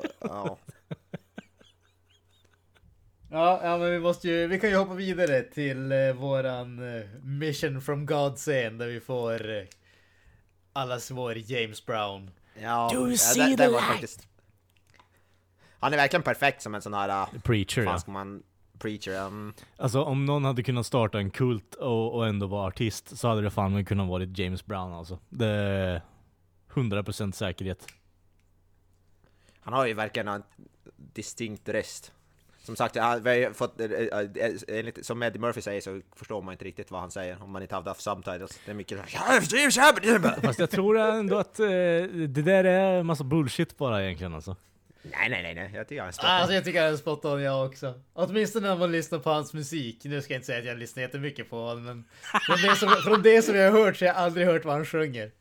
Ja, men vi kan ju hoppa vidare till våran Mission from God's End, där vi får allas vår James Brown. Ja, det var faktiskt... Han är verkligen perfekt som en sån här... preacher, Preacher. Alltså om någon hade kunnat starta en kult och ändå vara artist, så hade det fan kunnat vara James Brown alltså. Det är 100% säkerhet. Han har ju verkligen en distinkt röst. Som sagt, jag har fått, som Eddie Murphy säger, så förstår man inte riktigt vad han säger om man inte haft subtitles. Det är mycket fast jag tror ändå att det där är en massa bullshit bara egentligen alltså. Nej, jag tycker han är spot on. Alltså jag tycker han är spot on, jag också. Åtminstone när man lyssnar på hans musik. Nu ska jag inte säga att jag lyssnar jättemycket på honom, men från det som jag har hört så har jag aldrig hört vad han sjunger.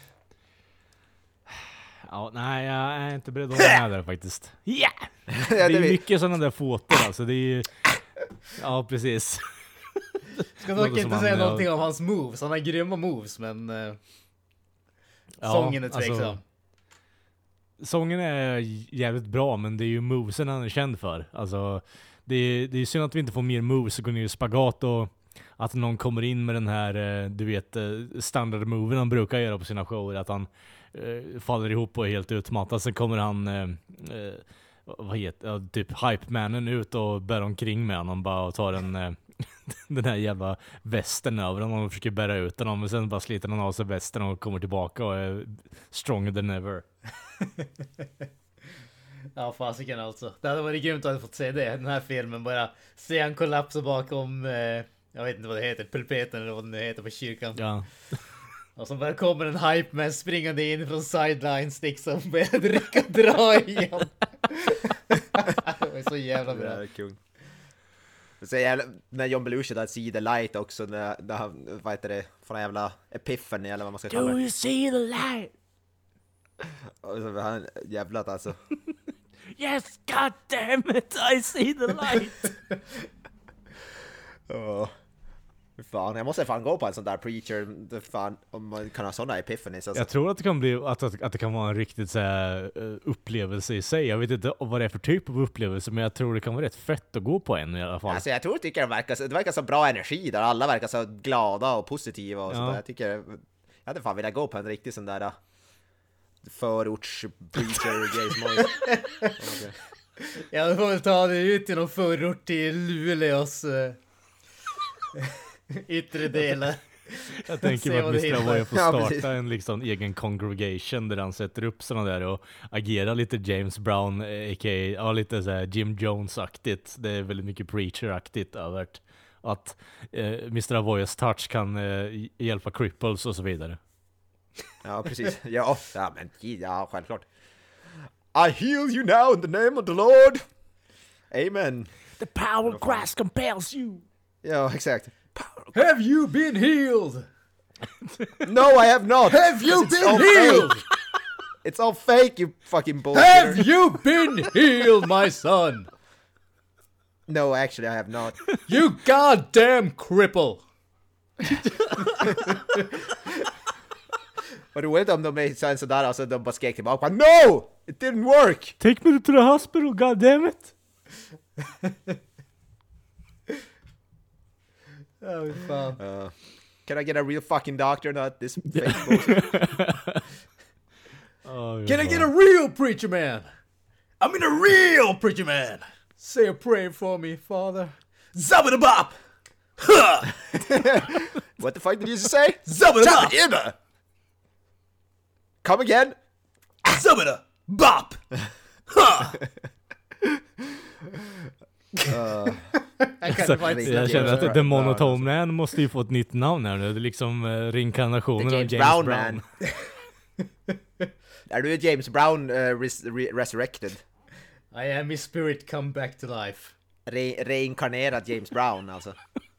Ja, nej, jag är inte beredd att hålla med där faktiskt. Yeah! Det är mycket sådana där foton alltså, det är ju... Ja, precis. Ska dock inte säga någonting om hans moves. Han har grymma moves, men... sången är tveksam. Alltså, sången är jävligt bra, men det är ju movesen han är känd för. Alltså, det är synd att vi inte får mer moves och går ner i spagat och att någon kommer in med den här, du vet, standardmoven han brukar göra på sina shower, att han faller ihop och är helt utmattad. Sen kommer han typ hype-mannen ut och bär omkring med honom bara och tar en den här jävla västen över honom och försöker bära ut honom, men sen bara sliter han av sig västen och kommer tillbaka och är stronger than ever. Ja, fasiken alltså. Det hade varit grymt att ha fått se det. Den här filmen, bara se han kollapsa bakom, jag vet inte vad det heter, pulpeten eller vad det heter på kyrkan. Ja. Och så bara kommer en hype man springande in från sidelines liksom, börjar dricka dra igen. Det var så jävla bra. Det är kul. Så jävla, när John Belushi där See the light också, när han, vad heter det, från en jävla epiphany eller vad man ska kalla det. Do you see the light? Och så han jävlat alltså. Yes, god damn it, I see the light. Fan, jag måste fan gå på en sån där preacher, fan, om man kan ha såna epiphanies alltså. Jag tror att det kan bli att det kan vara en riktigt så här, upplevelse i sig. Jag vet inte vad det är för typ av upplevelse, men jag tror det kan vara rätt fett att gå på en i alla fall. Alltså jag tycker det verkar så bra energi där, alla verkar så glada och positiva och sådär. Jag tycker, jag hade fan velat gå på en riktig sån där förorts preacher James Moyes. Okay. Jag får väl ta det ut i någon förort till Luleås yttre delar. Jag tänker Se mig att vad det Mr. Avoya får Ja, starta en liksom egen congregation där han sätter upp sådana där och agerar lite James Brown, a.k.a. ja, lite så här Jim Jones-aktigt. Det är väldigt mycket preacher-aktigt över att Mr. Avoyas touch kan hjälpa cripples och så vidare. Ja, precis. Ja, men ja, självklart. I heal you now in the name of the Lord. Amen. The power of Christ compels you. Ja, exakt. Have you been healed? No, I have not. Have you It's been all healed? fake. It's all fake, you fucking bullshit. Have you been healed, my son? No, actually, I have not. You goddamn cripple! Och du vet om de är sen sådär, alltså de bara skrek tillbaka. No! It didn't work! Take me to the hospital, goddammit! Oh, fan. Can I get a real fucking doctor, not this fake bullshit? Can I get a real preacher man? I mean a real preacher man! Say a prayer for me, father. Zabba-da-bop! Huh! What the fuck did you just say? Zabba-da-bop! Zabba-da! Come again? Zabba-da-bop! Huh! Jag känner att The Monotone Man måste ju få ett nytt namn här nu. Det är liksom reinkarnationen av James Brown. Man. Är du James Brown resurrected? I am his spirit come back to life. Reinkarnerad James Brown alltså.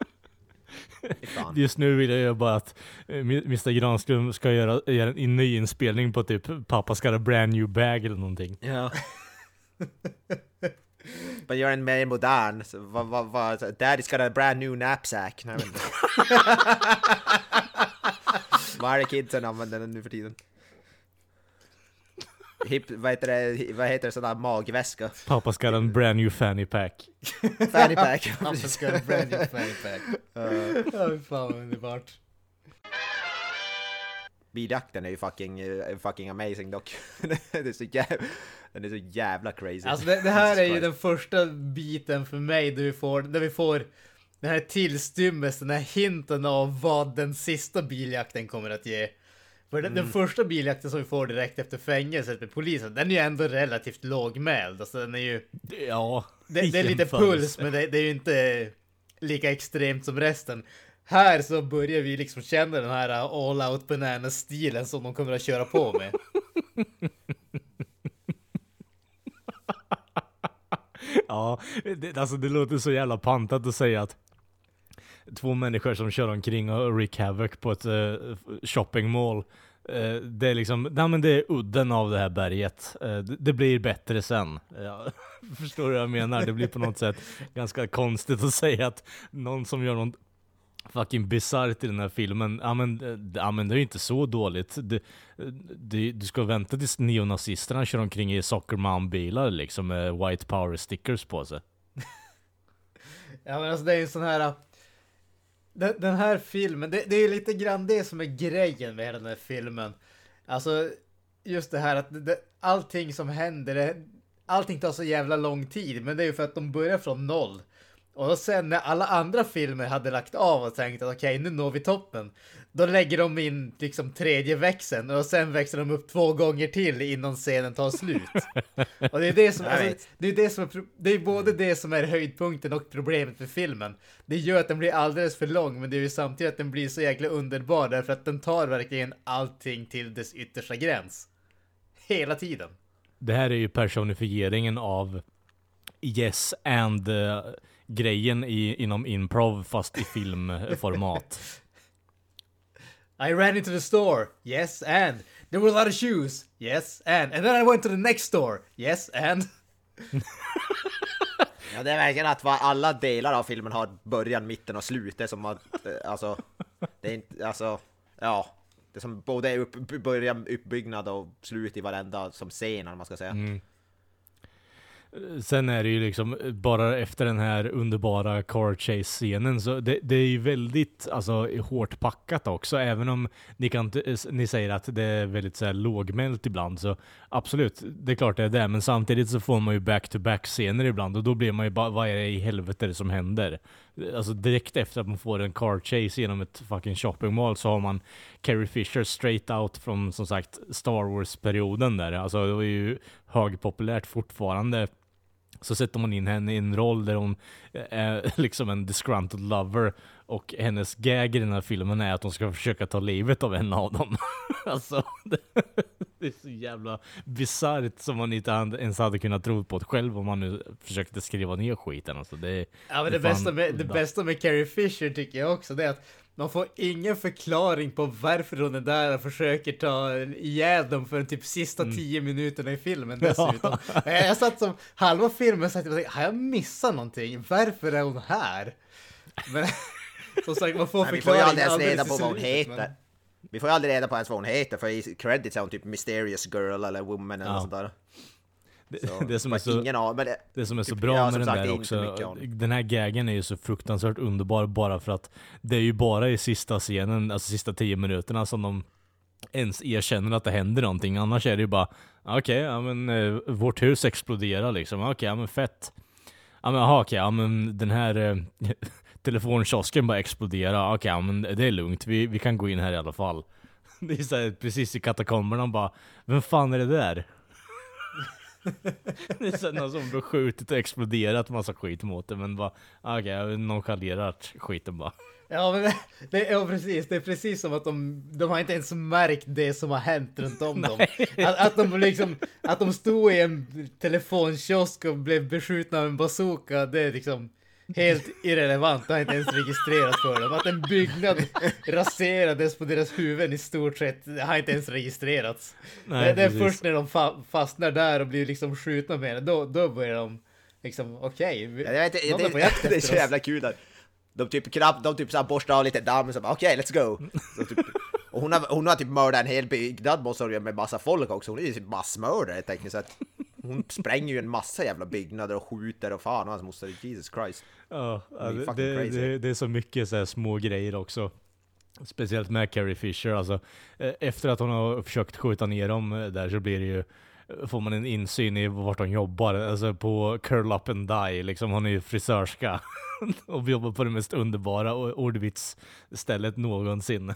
Just nu vill jag ju bara att Mr. Granström ska göra en ny inspelning på typ Pappa ska ha brand new bag eller någonting. Ja. Man gör en mer modern. Daddy's got a brand new knapsack. Nej, men. Vad är det kidsen använder den nu för tiden? Vad heter det sån där magväska? Pappa ska ha en brand new fanny pack. Fanny pack. Pappa ska ha en brand new fanny pack. Fan vad underbart. Biljakten är ju fucking amazing dock. Den är så jävla crazy. Alltså det här är ju den första biten för mig där vi får den här tillstymmelsen, den här hinten av vad den sista biljakten kommer att ge. För den första biljakten som vi får direkt efter fängelset med polisen, den är ju ändå relativt lågmäld. Alltså den är ju... Ja. Det är lite puls, men det är ju inte lika extremt som resten. Här så börjar vi liksom känna den här all out banana-stilen som de kommer att köra på med. Ja, det låter så jävla pantat att säga att två människor som kör omkring och wreak havoc på ett shopping mall. Det är liksom, nej men det är udden av det här berget. Det blir bättre sen. Ja, förstår du vad jag menar? Det blir på något sätt ganska konstigt att säga att någon som gör något fucking bizarrt i den här filmen, ja men det är ju inte så dåligt. Du ska vänta tills neonazisterna kör omkring i Soccer Mom-bilar liksom med white power stickers på sig. Ja men alltså det är en sån här... Den här filmen, det är lite grann det som är grejen med den här filmen. Alltså just det här att allting som händer, allting tar så jävla lång tid, men det är ju för att de börjar från noll. Och sen när alla andra filmer hade lagt av och tänkt att okej, nu når vi toppen. Då lägger de in liksom tredje växeln och sen växlar de upp 2 gånger till innan scenen tar slut. Och det är det som, alltså, det är både det som är höjdpunkten och problemet för filmen. Det gör att den blir alldeles för lång, men det är ju samtidigt att den blir så jäkla underbar därför att den tar verkligen allting till dess yttersta gräns. Hela tiden. Det här är ju personifieringen av yes and grejen inom improv fast i filmformat. I ran into the store. Yes, and there were a lot of shoes. Yes, and then I went to the next store. Yes, and Ja, det är verkligen att alla delar av filmen har början, mitten och slutet som att, alltså, det är inte, alltså, ja, det är som både är början, uppbyggnad och slut i varenda som scen, om man ska säga. Sen är det ju liksom bara efter den här underbara car chase-scenen så det är ju väldigt alltså hårt packat också, även om ni säger att det är väldigt så här lågmält ibland, så absolut, det är klart det är det, men samtidigt så får man ju back-to-back-scener ibland och då blir man ju bara, vad är det i helvete som händer? Alltså direkt efter att man får en car chase genom ett fucking shopping mall så har man Carrie Fisher straight out från, som sagt, Star Wars-perioden där. Alltså det var ju högpopulärt fortfarande. Så sätter man in henne i en roll där hon är liksom en disgruntled lover och hennes gag i den här filmen är att hon ska försöka ta livet av en av dem. Alltså det är så jävla bizarrt som man inte ens hade kunnat tro på det själv om man nu försökte skriva ner skiten. Alltså det bästa med Carrie Fisher tycker jag också det är att man får ingen förklaring på varför hon är där och försöker ta ihjäl dem för en typ sista 10 minuterna i filmen dessutom. Ja. Jag satt som halva filmen och tänkte, har jag missat någonting? Varför är hon här? Men som sagt, man får förklaring. Vi får ju aldrig reda på vad hon heter. Men... Vi får ju aldrig reda på ens vad hon heter, för i credits är hon typ Mysterious Girl eller Woman eller sånt där. Det som är så bra med den där också, den här gaggen är ju så fruktansvärt underbar bara för att det är ju bara i sista scenen, alltså sista 10 minuterna som de ens erkänner att det händer någonting. Annars är det ju bara okej, ja men vårt hus exploderar liksom. Okej, ja men fett. Ja men okej, ja men den här telefonkiosken bara exploderar. Okej, ja men det är lugnt. Vi kan gå in här i alla fall. Det är så här, precis i katakomberna bara, vem fan är det där? Det är så någon som blir skjutit och exploderat massa skit mot det, men bara okej, nonchalerat skiten bara. Ja, men precis. Det är precis som att de har inte ens märkt det som har hänt runt om dem. Att de stod i en telefonkiosk och blev beskjutna av en bazooka, det är liksom helt irrelevant. Det har inte ens registrerat för dem. Att en byggnad raserades på deras huvuden i stort sett har inte ens registrerats. Nej, det är först när de fastnar där och blir liksom skjutna med det, då börjar de liksom, okej. Det är så jävla kul där. De typ så här borstar av lite damm och så bara, okej, let's go. Typ, och hon har typ mördat en hel byggnad med massa folk också. Hon är ju typ massmördare, tänker så att hon spränger ju en massa jävla byggnader och skjuter och fan och hans moster, Jesus Christ. Ja, det är så mycket så här små grejer också. Speciellt med Carrie Fisher, alltså efter att hon har försökt skjuta ner dem där så blir det ju, får man en insyn i vart hon jobbar, alltså på Curl Up and Die liksom. Hon är ju frisörska och jobbar på det mest underbara ordvitsstället någonsin.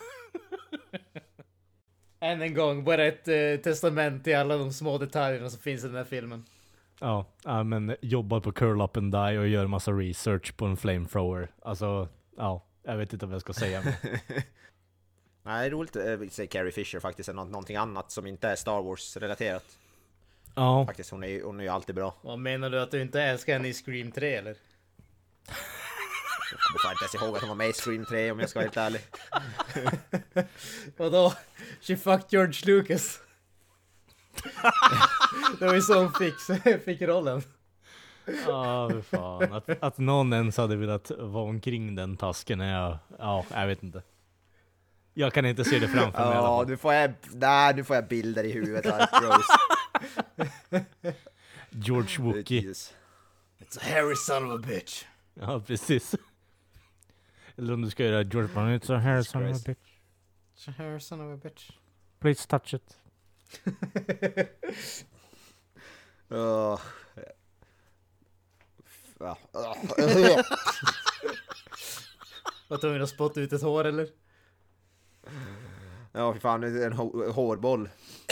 Än en gång, bara ett testament i alla de små detaljerna som finns i den här filmen. Ja, men jobbar på Curl Up and Die och gör massa research på en flamethrower. Alltså, ja, jag vet inte vad jag ska säga. Nej, det är roligt att säga Carrie Fisher faktiskt, är någonting annat som inte är Star Wars-relaterat. Ja. Faktiskt, hon är ju alltid bra. Vad menar du, att du inte älskar henne i Scream 3, eller? Jag kommer fan inte ens ihåg att hon var med i Scream 3, om jag ska vara helt ärlig. Vadå? She fucked George Lucas. Det var ju så hon fick rollen. Ja, fan. Att någon ens hade velat vara omkring den tasken är jag vet inte. Jag kan inte se det framför mig. Ja, nu får jag bilder i huvudet här. George Wookie. It's a hairy son of a bitch. Ja, precis. Eller om du ska göra George Brown. It's a hairy son of a bitch. It's a hairy son of a bitch. Please touch it. Var tvungen att spotta ut ett hår eller? Ja, för fan, en hårboll.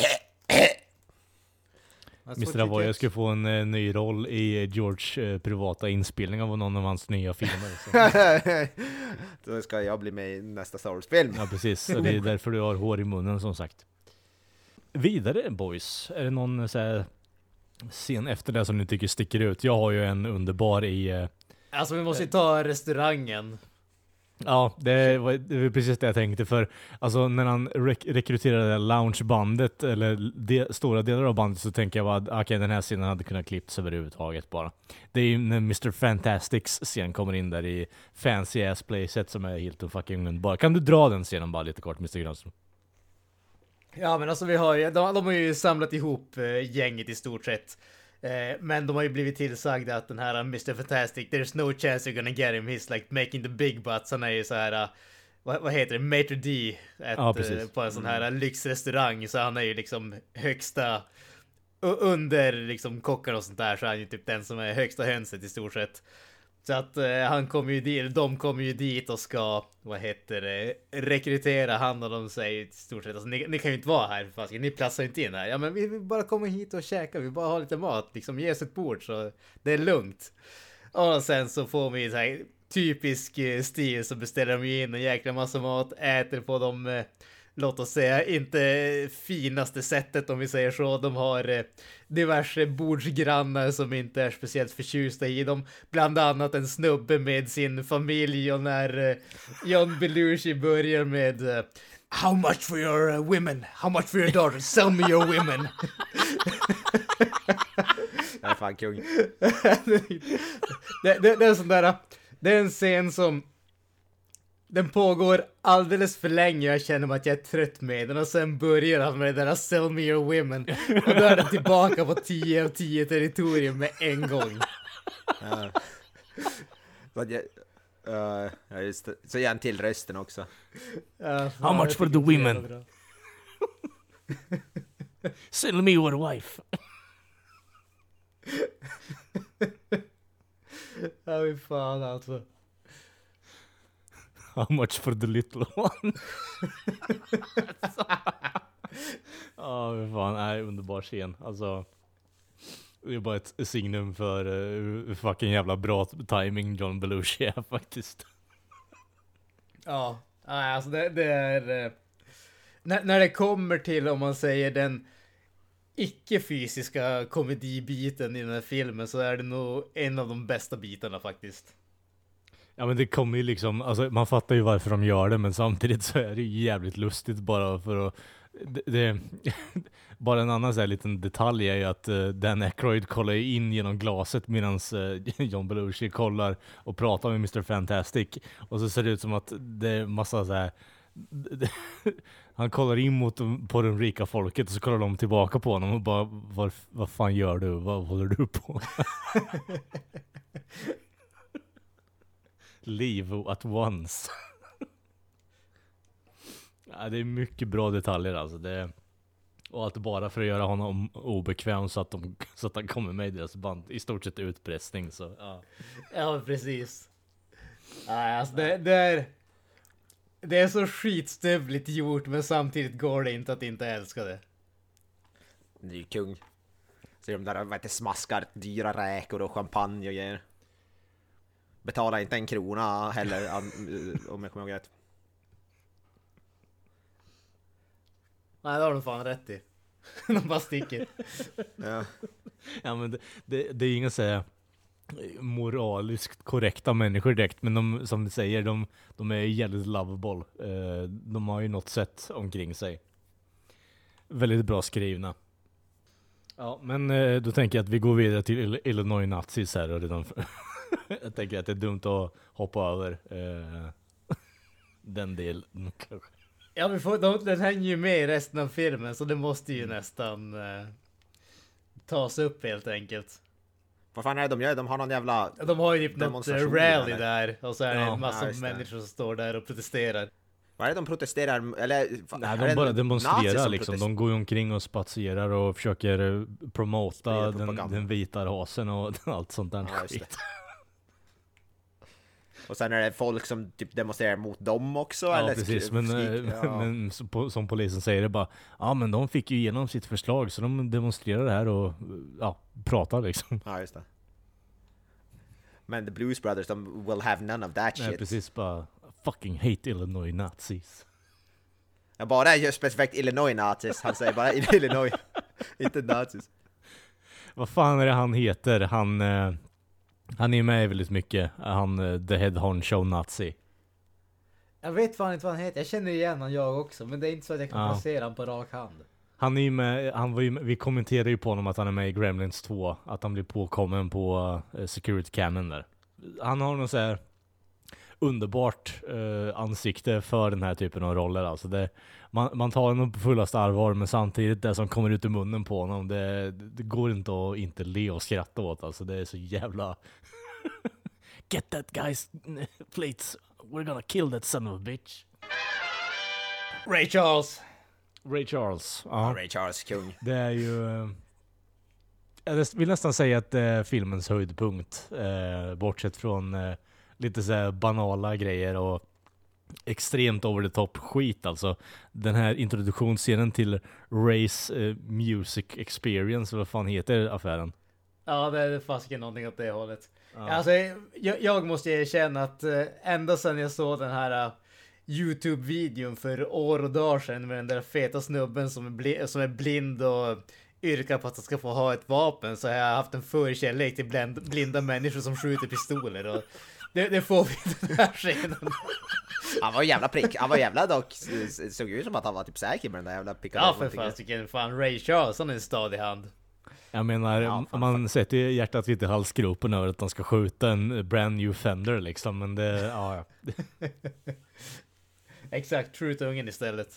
Mr. Avoya ska få en ny roll i George privata inspelning av någon av hans nya filmer. Så. Då ska jag bli med i nästa Star Wars-film. Ja, precis. Och det är därför du har hår i munnen, som sagt. Vidare, boys. Är det någon så här scen efter det som ni tycker sticker ut? Jag har ju en underbar i... Alltså vi måste ju ta restaurangen. Ja, det var precis det jag tänkte. För alltså, när han rekryterade loungebandet, eller stora delar av bandet, så tänker jag bara okej, den här scenen hade kunnat klippts överhuvudtaget bara. Det är ju när Mr. Fantastics scen kommer in där i fancy ass playset som är helt fucking underbar. Kan du dra den scenen bara lite kort, Mr. Granström? Ja, men alltså vi har ju, de har ju samlat ihop gänget i stort sett. Men de har ju blivit tillsagda att den här Mr. Fantastic, there's no chance you're gonna get him, he's like making the big bucks. Han är ju så här, vad heter det, Maitre D på en sån här lyxrestaurang, så han är ju liksom högsta, under liksom kockar och sånt där, så han är ju typ den som är högsta hönset i stort sett. Så att de kommer ju dit och ska, rekrytera han, och de säger i stort sett, alltså, ni kan ju inte vara här, fast ni platsar inte in här. Ja, men vi bara kommer hit och käka, vi bara har lite mat, liksom ge oss ett bord så det är lugnt. Och sen så får vi så här typisk stil, så beställer de in en jäkla massa mat, äter på dem, låt oss säga, inte finaste sättet om vi säger så. De har diverse bordsgrannar som inte är speciellt förtjusta i dem. Bland annat en snubbe med sin familj, och när John Belushi börjar med how much for your women? How much for your daughter? Sell me your women! Det är fan kung. Det är en sån där, det är en scen som den pågår alldeles för länge. Jag känner mig att jag är trött med den, och sen börjar han med det där sell me your women, och då är den tillbaka på 10 av 10 territorium med en gång. Ja, just det. Så igen till rösten också. How much for the women? Sell me your wife. Ja, vi fan alltså. How much for the little one? Ja, fan, nej, underbar scen. Alltså, det är bara ett signum för fucking jävla bra timing John Belushi är faktiskt. Ja, alltså det är... När det kommer till, om man säger, den icke-fysiska komedibiten i den här filmen, så är det nog en av de bästa bitarna faktiskt. Ja, men det kommer ju liksom, alltså man fattar ju varför de gör det, men samtidigt så är det ju jävligt lustigt bara för att bara en annan så här liten detalj är ju att Dan Aykroyd kollar in genom glaset medan John Belushi kollar och pratar med Mr. Fantastic, och så ser det ut som att det är massa så här han kollar in på den rika folket, och så kollar de tillbaka på honom och bara, vad fan gör du? Vad håller du på? Leave at once. Ja, det är mycket bra detaljer alltså. Och allt bara för att göra honom obekväm så att han kommer med i deras band. I stort sett utpressning så. Ja, precis. Alltså det är så skitstövligt gjort, men samtidigt går det inte att inte älska det. Det är ju kung. Så de där smaskar dyra räkor och champagne och grejer. Betala inte en krona heller, om jag kommer ihåg rätt. Nej, det har de fan rätt i. De bara sticker. Ja, men det är inga så här moraliskt korrekta människor direkt, men de, som du säger, de är jävligt lovable. De har ju något sätt omkring sig. Väldigt bra skrivna. Ja, men då tänker jag att vi går vidare till Illinois Nazis här och redan jag tänker att det är dumt att hoppa över den delen kanske. Ja, den hänger ju med i resten av filmen, så det måste ju nästan tas upp helt enkelt. Vad fan är det de gör? De har någon jävla... De har ju typ något rally eller? där, och så är det en massa människor som står där och protesterar. Vad är det de protesterar? Eller, nej, de bara demonstrerar liksom. De går ju omkring och spatserar och försöker promota den vita rasen och allt sånt där skit. Och sen är det folk som typ demonstrerar mot dem också. Ja, eller precis. Men som polisen säger det bara, ja men de fick ju igenom sitt förslag så de demonstrerar här och pratar liksom. Ja, just det. Men the Blues Brothers, de will have none of that shit. Nej, precis, bara fucking hate Illinois Nazis. Ja, bara just specifikt Illinois Nazis. Han säger bara Illinois, inte Nazis. Vad fan är det han heter? Han är med väldigt mycket. Han The Head Honcho Nazi. Jag vet fan inte vad han heter. Jag känner igen han jag också. Men det är inte så att jag kan placera han på rak hand. Han är ju med, vi kommenterade ju på honom att han är med i Gremlins 2. Att han blir påkommen på security camen där. Han har någon så här underbart ansikte för den här typen av roller. Alltså man tar honom på fullaste allvar, men samtidigt det som kommer ut i munnen på honom, det går inte att inte le och skratta åt. Alltså det är så jävla get that guy's plates, we're gonna kill that son of a bitch. Ray Charles. Ja. Ray Charles, kung. Det är ju jag vill nästan säga att det är filmens höjdpunkt, bortsett från lite så här banala grejer och extremt over the top skit. Alltså den här introduktionsscenen till Rays Music Experience, vad fan heter affären? Ja, det är fasiken någonting åt det hållet. Ja. Alltså, jag måste erkänna att ända sedan jag såg den här YouTube-videon för år och dagar sedan med den där feta snubben som är blind och yrkar på att han ska få ha ett vapen, så har jag haft en förkärlek till blinda människor som skjuter pistoler, och det får vi den här scenen. Han var jävla prick. Han var jävla dock. Såg ut som att han var typ säker med den där jävla Ja, för fasiken. Fan, Ray Charles, han är en stadig hand. Jag menar, man sätter ju hjärtat lite i halsgropen över att de ska skjuta en brand new Fender liksom, men det, ja. Exakt, trutungen istället.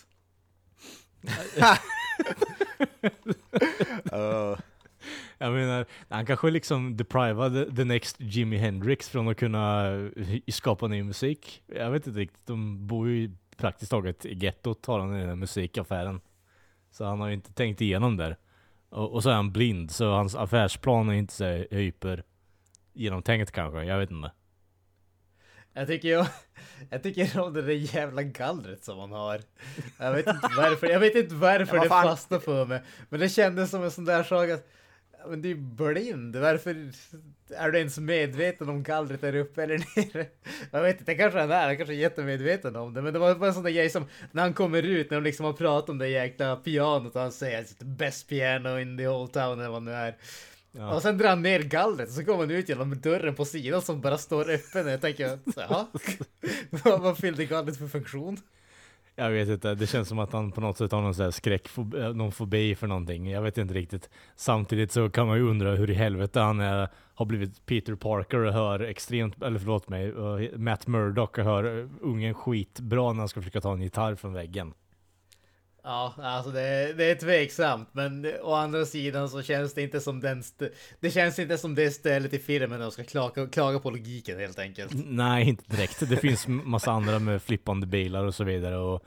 Jag menar, han kanske liksom deprivade the next Jimi Hendrix från att kunna skapa ny musik. Jag vet inte riktigt, de bor ju praktiskt taget i gettot, har han i den här musikaffären. Så han har ju inte tänkt igenom där. Och så är han blind, så hans affärsplan är inte så hyper genomtänkt kanske, jag vet inte. Jag tycker om det där jävla gallret som han har. Jag vet inte varför det fastnade för mig. Men det kändes som en sån där sak att, men du är blind. Varför är du ens medveten om gallret där uppe eller nere? Jag vet inte, kanske han är jättemedveten om det. Men det var bara en sån där grej som, när han kommer ut, när de liksom har pratat om det jäkla pianot, och han säger att det är best piano in the whole town eller vad det nu är. Ja. Och sen drar han ner gallret och så kommer han ut genom dörren på sidan som bara står öppen. Och jag tänker, jaha, vad fyllde gallret för funktion? Jag vet inte, det känns som att han på något sätt har någon sån här någon fobi för någonting. Jag vet inte riktigt. Samtidigt så kan man ju undra hur i helvete han har blivit Peter Parker och hör extremt, eller förlåt mig, Matt Murdock och hör ungen skitbra när han ska försöka ta en gitarr från väggen. Ja, alltså det är tveksamt, men å andra sidan så känns det inte som det känns inte som det stället i filmen de ska klaga på logiken helt enkelt. Nej, inte direkt. Det finns massa andra med flippande bilar och så vidare. Och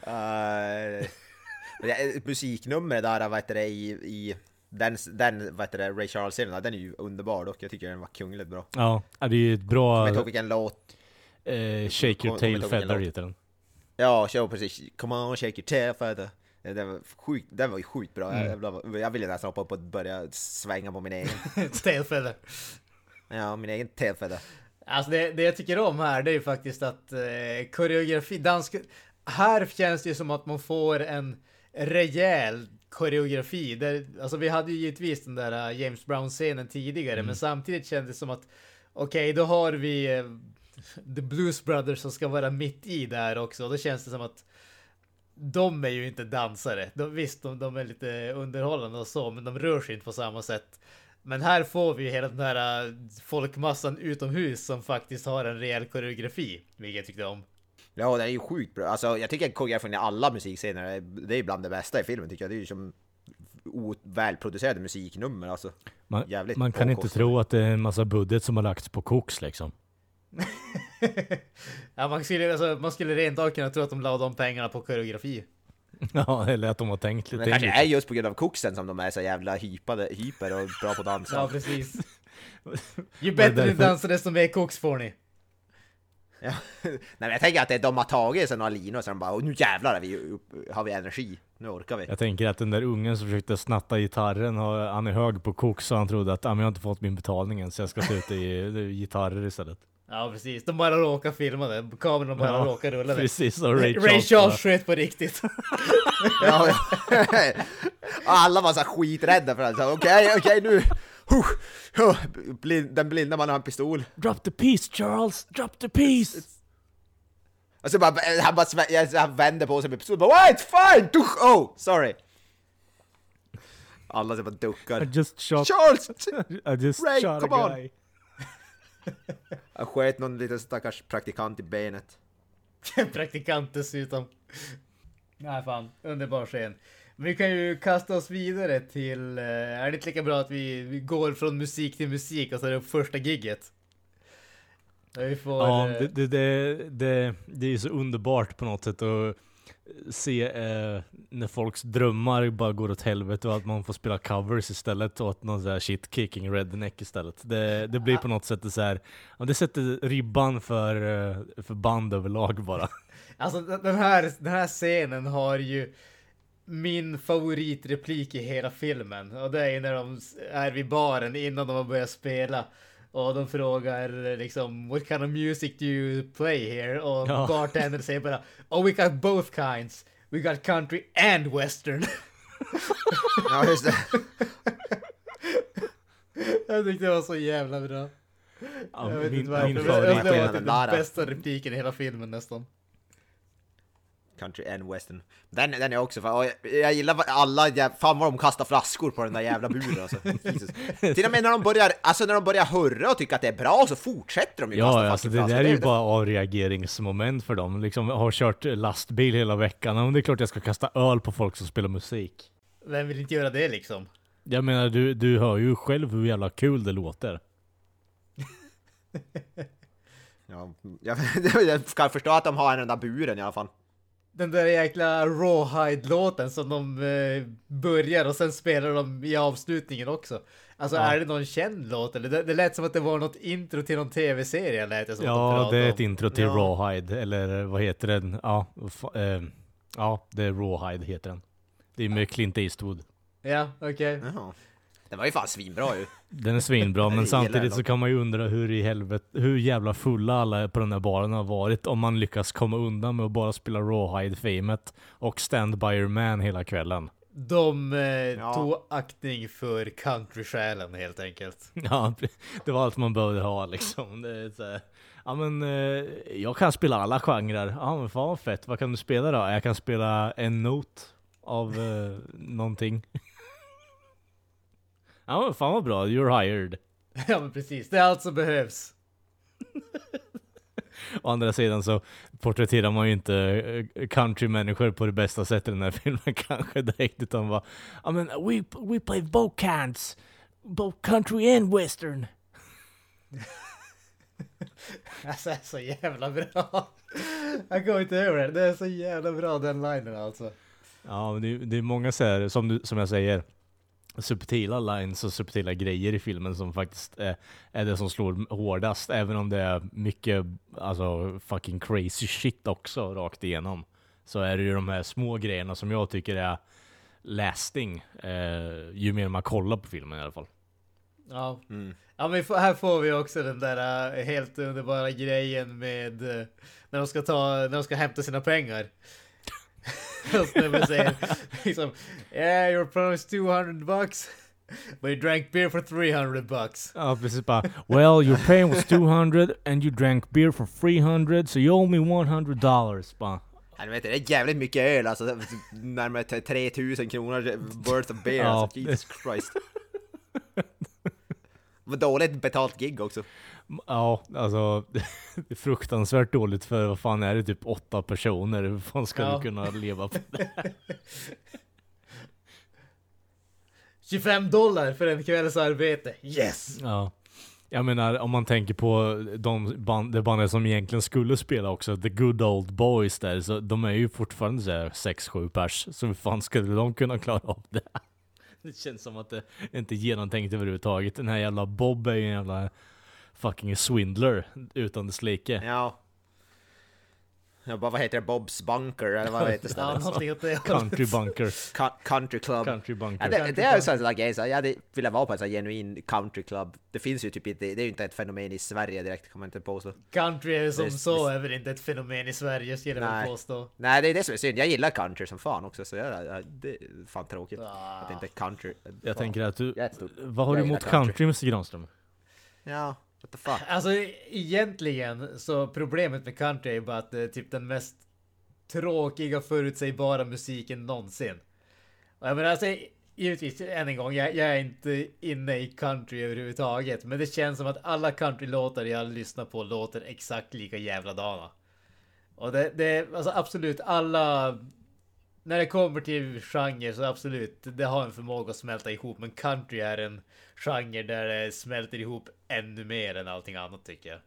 musiknummer där, vad heter det, i den vad heter det, Ray Charles-serien, den är ju underbar dock. Jag tycker den var kungligt bra. Ja, det är ju ett bra... Jag vet inte vilken låt. Shake Your Tail Feather heter den. Ja, precis. Come on, shake your tail feather. Den var ju sjukt bra. Jag ville nästan hoppa upp och börja svänga på min egen tailfeather. Ja, min egen tailfeather. Alltså det jag tycker om här, det är ju faktiskt att koreografi, här känns det ju som att man får en rejäl koreografi. Alltså vi hade ju givetvis den där James Brown-scenen tidigare, men samtidigt kändes det som att okej, då har vi The Blues Brothers som ska vara mitt i där också. Då känns det som att de är ju inte dansare. Visst, de är lite underhållande och så, men de rör sig inte på samma sätt. Men här får vi ju hela den här folkmassan utomhus som faktiskt har en rejäl koreografi, vilket jag tyckte om. Ja, det är ju sjukt bra. Alltså, jag tycker att koreografin i alla musikscener, det är bland det bästa i filmen, tycker jag. Det är ju som välproducerade musiknummer, alltså. Man kan inte tro att det är en massa budget som har lagts på koks, liksom. Ja, man skulle rent av kunna tro att de la de pengarna på koreografi. Ja, eller att de har tänkt lite. Det kanske är just på grund av koksen som de är så jävla hyper och bra på att dansa. Ja, precis. Ju bättre ni dansar, desto mer koks får ni. Ja. Nej, men jag tänker att de har tagit sig några linor så de bara, nu jävlar har vi energi, nu orkar vi. Jag tänker att den där ungen som försökte snatta gitarren, han är hög på kok så han trodde att jag har inte fått min betalning än så jag ska sluta i gitarrer istället. Ja, precis. De bara råkar filma det. Kameran bara råkar rulla det. Precis, och Ray Charles sköt på riktigt. Ja. Alla var så skiträdda för det. Okej, nu. Den blinda man har en pistol. Drop the piece, Charles! Drop the piece! Och så bara, han vände på sig med pistol. Wait, fine! Oh, sorry. Alla så bara duckar. I just shot... Charles! I just Ray, shot come a on. guy. Han sköt någon liten stackars praktikant i benet. Praktikant dessutom. Nej fan, underbar scen. Men vi kan ju kasta oss vidare till... är det inte lika bra att vi går från musik till musik och så är det upp första gigget? Vi får, Ja, det är så underbart på något sätt att se när folks drömmar bara går åt helvete och att man får spela covers istället och att någon sån här shit-kicking redneck istället. Det blir på något sätt så här, ja, det sätter ribban för band överlag bara. Alltså den här scenen har ju min favoritreplik i hela filmen. Och det är när de är vid baren innan de har börjat spela. Och de frågar liksom, what kind of music do you play here? Och bartendern säger bara, oh we got both kinds. We got country and western. Ja, just det. Jag tyckte det var så jävla bra. Ja, Jag vet min inte varför. favorit Det är var den bästa repliken i hela filmen nästan. Country and western. Den är också jag gillar alla fan vad de kastar flaskor på den där jävla buren alltså. Till och med när de börjar hurra och tycker att det är bra så fortsätter de ju kasta alltså det flaskor. där är ju bara avreageringsmoment för dem. Liksom har kört lastbil hela veckan. Och det är klart jag ska kasta öl på folk som spelar musik. Vem vill inte göra det liksom? Jag menar, du hör ju själv hur jävla kul det låter. Ja, jag kan förstå att de har den där buren i alla fall. Den där jäkla Rawhide-låten som de börjar och sen spelar de i avslutningen också. Alltså är det någon känd låt? Eller det lät som att det var något intro till någon tv-serie. Lät det som Ja, det är ett intro till Rawhide. Eller vad heter den? Ja, det är Rawhide heter den. Det är med Clint Eastwood. Ja, okej. Den var ju fan svinbra ju. Den är svinbra, men samtidigt så kan man ju undra hur jävla fulla alla på den här baren har varit om man lyckas komma undan med att bara spela Rawhide-famet och Stand By Your Man hela kvällen. De tog aktning för country-själen helt enkelt. Ja, det var allt man behövde ha liksom. Det är så här, ja men jag kan spela alla genrer. Ja men fan vad fett, vad kan du spela då? Jag kan spela en note av någonting. Ja men fan vad bra, you're hired. Ja men precis, det är allt som behövs. Å andra sidan så porträtterar man ju inte country-människor på det bästa sättet i den här filmen kanske direkt, utan bara, I mean, we play both kinds, both country and western. Alltså det är så jävla bra. Jag går inte över det, det är så jävla bra den linen alltså. Ja, men det är många så här, som jag säger, subtila lines och subtila grejer i filmen som faktiskt är det som slår hårdast, även om det är mycket alltså fucking crazy shit också rakt igenom, så är det ju de här små grejerna som jag tycker är lasting ju mer man kollar på filmen i alla fall. Ja, ja men här får vi också den där helt underbara grejen med när de ska hämta sina pengar. Och säger liksom, yeah, you're promised $200 but you drank beer for $300. Ja, precis bara, well, your pay was 200 and you drank beer for 300 so you owe me $100 bara. Ja, du vet, det är jävligt mycket öl alltså, närmare 3000 kronor worth of beer, alltså, Jesus Christ. Vad dåligt betalt gig också. Ja, alltså det är fruktansvärt dåligt för vad fan är det, typ 8 personer, hur fan ska du kunna leva på det här? $25 för en kvälls arbete. Yes! Ja. Jag menar, om man tänker på det bandet som egentligen skulle spela också, The Good Old Boys där, så de är ju fortfarande så här 6-7 pers, så hur fan skulle de kunna klara av det? Det känns som att det inte är genomtänkt överhuvudtaget. Den här jävla Bob är ju en jävla fucking swindler utan dess like. Ja. Jag bara, vad heter det? Bob's Bunker? Eller vad heter Ja, det? någonting åt det. Country bunker. Country Club. Country bunker. Ja, det är ju sådana grej, så jag hade velat vara på en sån här genuin country club. Det finns ju typ inte, det är ju inte ett fenomen i Sverige direkt, kan man inte påstå. Country är som Det- så är väl inte ett fenomen i Sverige, skulle jag Nej. väl påstå. Nej, det är det som är synd. Jag gillar country som fan också, så det är fan tråkigt att det inte är country. Jag tänker att du... Jättestort. Vad har Jag du gillar emot country. country, Mr. Granström? Ja, what the fuck. Alltså egentligen så problemet med country är ju bara att det är typ den mest tråkiga förutsägbara musiken någonsin. Och jag menar alltså, givetvis än en gång, jag är inte inne i country överhuvudtaget, men det känns som att alla countrylåtar jag lyssnar på låter exakt lika jävla dana. Och det alltså absolut alla, när det kommer till genre så absolut, det har en förmåga att smälta ihop, men country är en genre där det smälter ihop ännu mer än allting annat, tycker jag.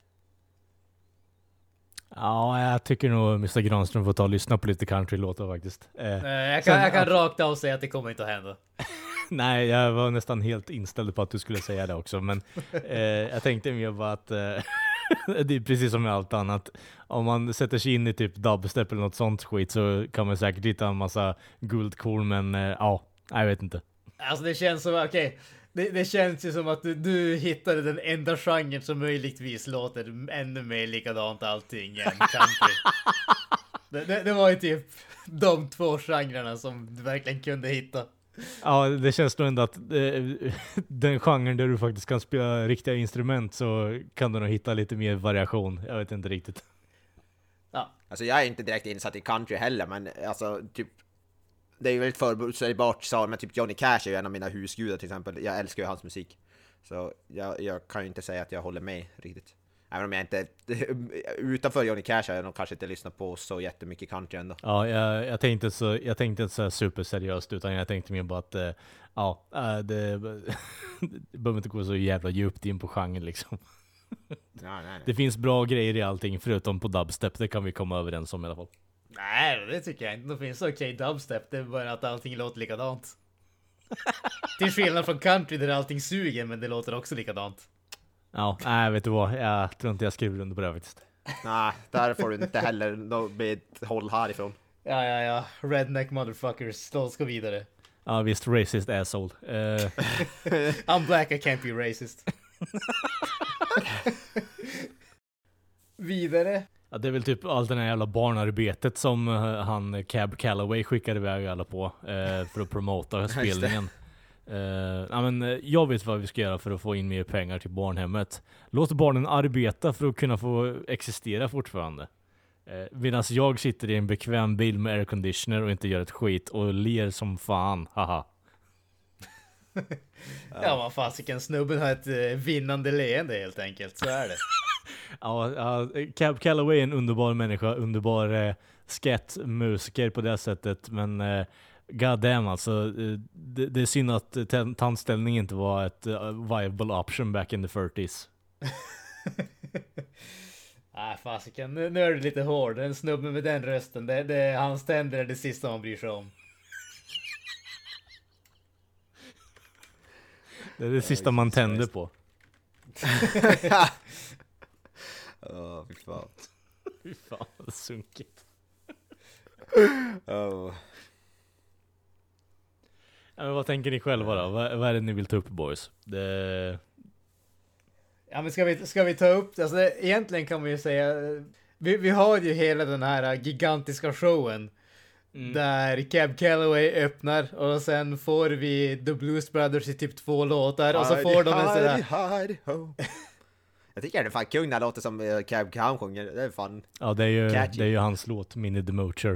Ja, jag tycker nog Mr. Granström får ta och lyssna på lite countrylåtar faktiskt. Jag kan rakt av säga att det kommer inte att hända. Nej, jag var nästan helt inställd på att du skulle säga det också, men jag tänkte mer bara att det är precis som med allt annat. Om man sätter sig in i typ dubstep eller något sånt skit så kan man säkert hitta en massa guldkorn, men ja, jag vet inte. Alltså det känns som, okej, det känns ju som att du hittade den enda genren som möjligtvis låter ännu mer likadant allting än country. Det var ju typ de två genrerna som du verkligen kunde hitta. Ja, det känns nog ändå att den genren där du faktiskt kan spela riktiga instrument så kan du nog hitta lite mer variation. Jag vet inte riktigt. Ja, Alltså jag är inte direkt insatt i country heller, men alltså typ det är ju väldigt förutsägbart, men typ Johnny Cash är ju en av mina husgudar till exempel. Jag älskar ju hans musik. Så jag kan ju inte säga att jag håller med riktigt. Även om jag inte utanför Johnny Cash har jag nog kanske inte lyssnat på så jättemycket country ändå. Ja, jag tänkte inte så superseriöst, utan jag tänkte mer bara att det behöver inte gå så jävla djupt in på genren liksom. Nej. Det finns bra grejer i allting förutom på dubstep, det kan vi komma överens om i alla fall. nej, det tycker jag inte. Det finns okej dubstep, det är bara att allting låter likadant. Till skillnad från country där allting suger, men det låter också likadant. Ja, nej, vet du vad? Jag tror inte jag skriver under på det faktiskt. Nej, där får du inte heller med håll härifrån. Ja. Redneck motherfuckers, låt oss gå vidare. Ja, visst, racist asshole. I'm black, I can't be racist. Vidare. Ja, det är väl typ allt det här jävla barnarbetet som han Cab Calloway skickade iväg alla på för att promota spelningen. Men jag vet vad vi ska göra för att få in mer pengar till barnhemmet. Låt barnen arbeta för att kunna få existera fortfarande. Medan jag sitter i en bekväm bil med airconditioner och inte gör ett skit och ler som fan, haha. Ja, vad fasiken, snubben har ett vinnande leende helt enkelt, så är det. Ja, Cab Calloway är en underbar människa, underbar skattmusiker på det sättet, men god damn alltså, det är synd att tandställning inte var ett viable option back in the 30s. Nej, fasiken, nu är det lite hård. En snubbe med den rösten, det hans tänder är det sista man bryr sig om. Det är det sista man tänder på. Fy fan. Fy fan, vad sunkigt. Oh. Ja, men vad tänker ni själva då? Vad är det ni vill ta upp, boys? Ja, men ska vi ta upp det? Alltså, egentligen kan man ju säga, vi har ju hela den här gigantiska showen. Där Cab Calloway öppnar och sen får vi The Blues Brothers i typ 2 låtar och så får de en sådär... Jag tycker det är fan kung när det låter som Cab Calloway sjunger. Det är fan... Ja, det är ju hans låt, Minnie the Moocher.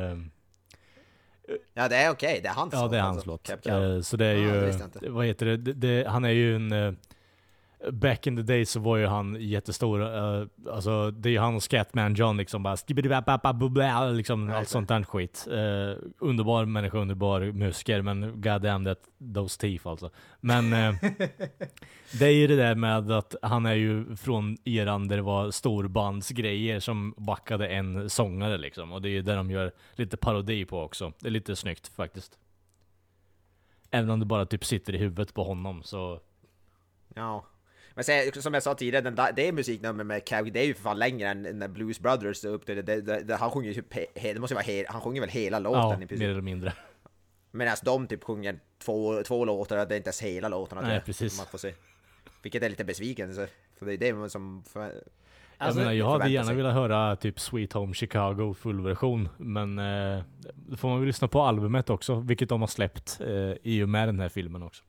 Ja, det är okej. Det är hans låt. Ja, det är hans alltså. låt. Så det är ju... det visste jag inte. Vad heter det? Han är ju en... Back in the day så var ju han jättestor. Alltså det är ju han och Scatman John liksom bara liksom allt sånt där skit. Underbar människa, underbar musiker, men god damn that those teeth alltså. Men det är ju det där med att han är ju från eran där det var storbandsgrejer som backade en sångare liksom, och det är ju där de gör lite parodi på också. Det är lite snyggt faktiskt. Även om det bara typ sitter i huvudet på honom så... Ja. Men som jag sa tidigare, det är musiknummer med Cowgirl, det är ju för fan längre än när Blues Brothers upp det. Han sjunger ju typ, det måste vara han sjunger väl hela låten i princip. Mer eller mindre. Medan de typ sjunger två låtar, det är inte ens hela låtarna. Nej, precis. Man får se. Vilket är lite besvikelse. För det är det som... jag hade gärna velat höra typ Sweet Home Chicago fullversion, men då får man väl lyssna på albumet också, vilket de har släppt i och med den här filmen också.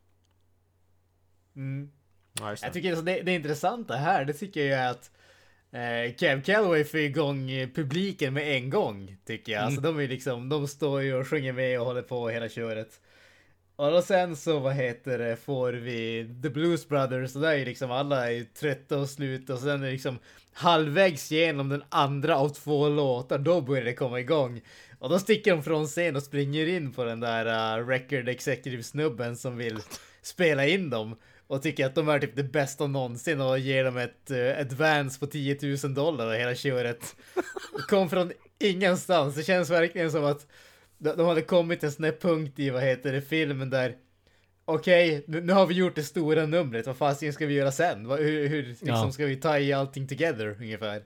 Ja, jag tycker alltså det intressanta här, det tycker jag är att Cab Calloway får igång publiken med en gång, tycker jag. Alltså de är liksom, de står ju och sjunger med och håller på hela köret. Och då sen så, får vi The Blues Brothers, och där är liksom alla är trötta och slut, och sen är det liksom halvvägs genom den andra av 2 låtar, då börjar det komma igång. Och då sticker de från scen och springer in på den där record executive snubben som vill spela in dem. Och tycker att de är typ det bästa någonsin och ger dem ett advance på $10,000 och hela köret. Kom från ingenstans. Det känns verkligen som att de hade kommit till en sån här punkt i filmen där okej, nu har vi gjort det stora numret. Vad fan ska vi göra sen? Hur liksom ska vi ta i allting together ungefär?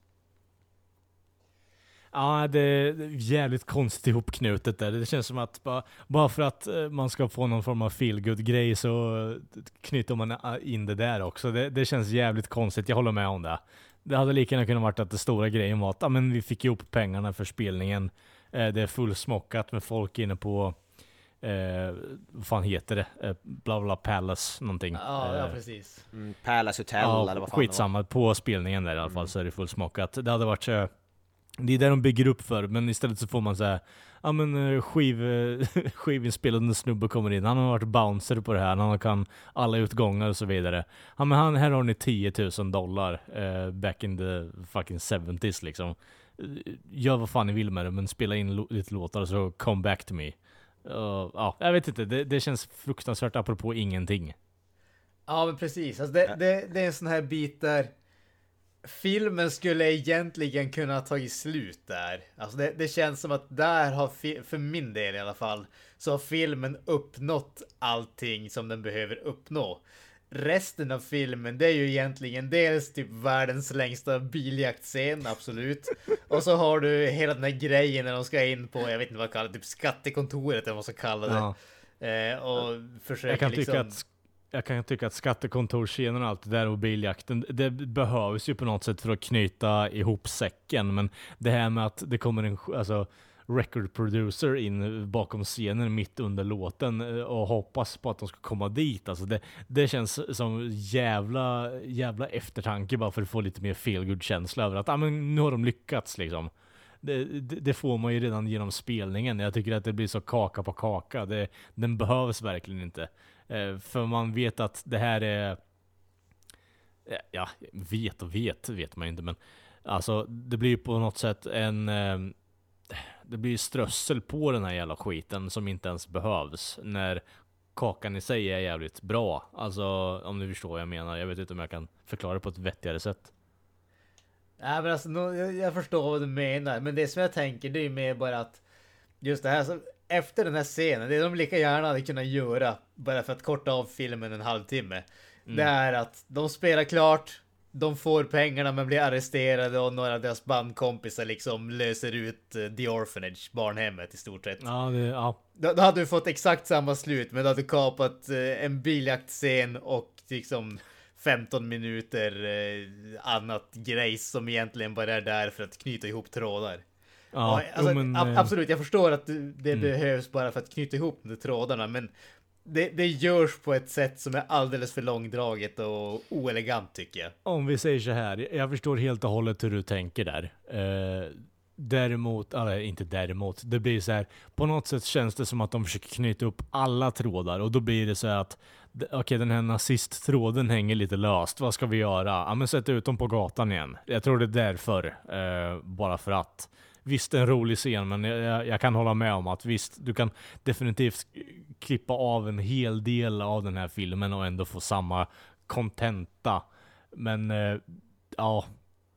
Ja, det är jävligt konstigt ihopknutet där. Det känns som att bara för att man ska få någon form av feel-good-grej så knyter man in det där också. Det känns jävligt konstigt, jag håller med om det. Det hade lika gärna kunnat varit att det stora grejen var att men vi fick ihop pengarna för spelningen. Det är fullsmockat med folk inne på vad fan heter det? Bla bla Palace någonting. Ja, precis. Palace Hotel eller vad fan skitsamma, på spelningen där i alla fall så är det fullsmockat. Det hade varit så. Det är det de bygger upp för, men istället så får man säga skivinspelande snubbe kommer in, han har varit bouncer på det här, han kan alla utgångar och så vidare. Här har ni $10,000 back in the fucking 70s liksom. Gör vad fan ni vill med det, men spela in lite låtar så come back to me. Jag vet inte, det känns fruktansvärt apropå ingenting. Ja, men precis. Alltså det är en sån här bit där filmen skulle egentligen kunna ta i slut där. Alltså det känns som att där har, för min del i alla fall, så har filmen uppnått allting som den behöver uppnå. Resten av filmen, det är ju egentligen dels typ världens längsta biljaktscen, absolut. Och så har du hela den här grejen när de ska in på, jag vet inte vad jag kallar det, typ skattekontoret eller vad man ska kalla det. Ja. Och försöker jag kan tycka att skattekontorsscenen och allt det där och biljakten, det behövs ju på något sätt för att knyta ihop säcken, men det här med att det kommer en record producer in bakom scenen mitt under låten och hoppas på att de ska komma dit, alltså det känns som jävla eftertanke bara för att få lite mer feelgood-känsla över att men nu har de lyckats liksom. Det får man ju redan genom spelningen. Jag tycker att det blir så kaka på kaka. Den behövs verkligen inte. För man vet att det här är... Ja, vet man inte. Men alltså, det blir på något sätt det blir strössel på den här jävla skiten som inte ens behövs. När kakan i sig är jävligt bra. Alltså, om du förstår vad jag menar. Jag vet inte om jag kan förklara det på ett vettigare sätt. Nej, men alltså, jag förstår vad du menar. Men det som jag tänker, det är mer bara att just det här, så efter den här scenen, det de lika gärna hade kunnat göra bara för att korta av filmen en halvtimme. Det är att de spelar klart, de får pengarna men blir arresterade och några av deras bandkompisar liksom löser ut The Orphanage, barnhemmet i stort sett. Då hade du fått exakt samma slut, men då hade du kapat en biljaktscen och liksom 15 minuter annat grejs som egentligen bara är där för att knyta ihop trådar. Ja, alltså, absolut, jag förstår att det behövs bara för att knyta ihop de trådarna, men det görs på ett sätt som är alldeles för långdraget och oelegant, tycker jag. Om vi säger så här, jag förstår helt och hållet hur du tänker där. Däremot, det blir så här, på något sätt känns det som att de försöker knyta upp alla trådar, och då blir det så här att okej, den här nazisttråden hänger lite löst. Vad ska vi göra? Ja, men sätta ut dem på gatan igen. Jag tror det är därför, bara för att. Visst, en rolig scen, men jag kan hålla med om att visst, du kan definitivt klippa av en hel del av den här filmen och ändå få samma kontenta. Men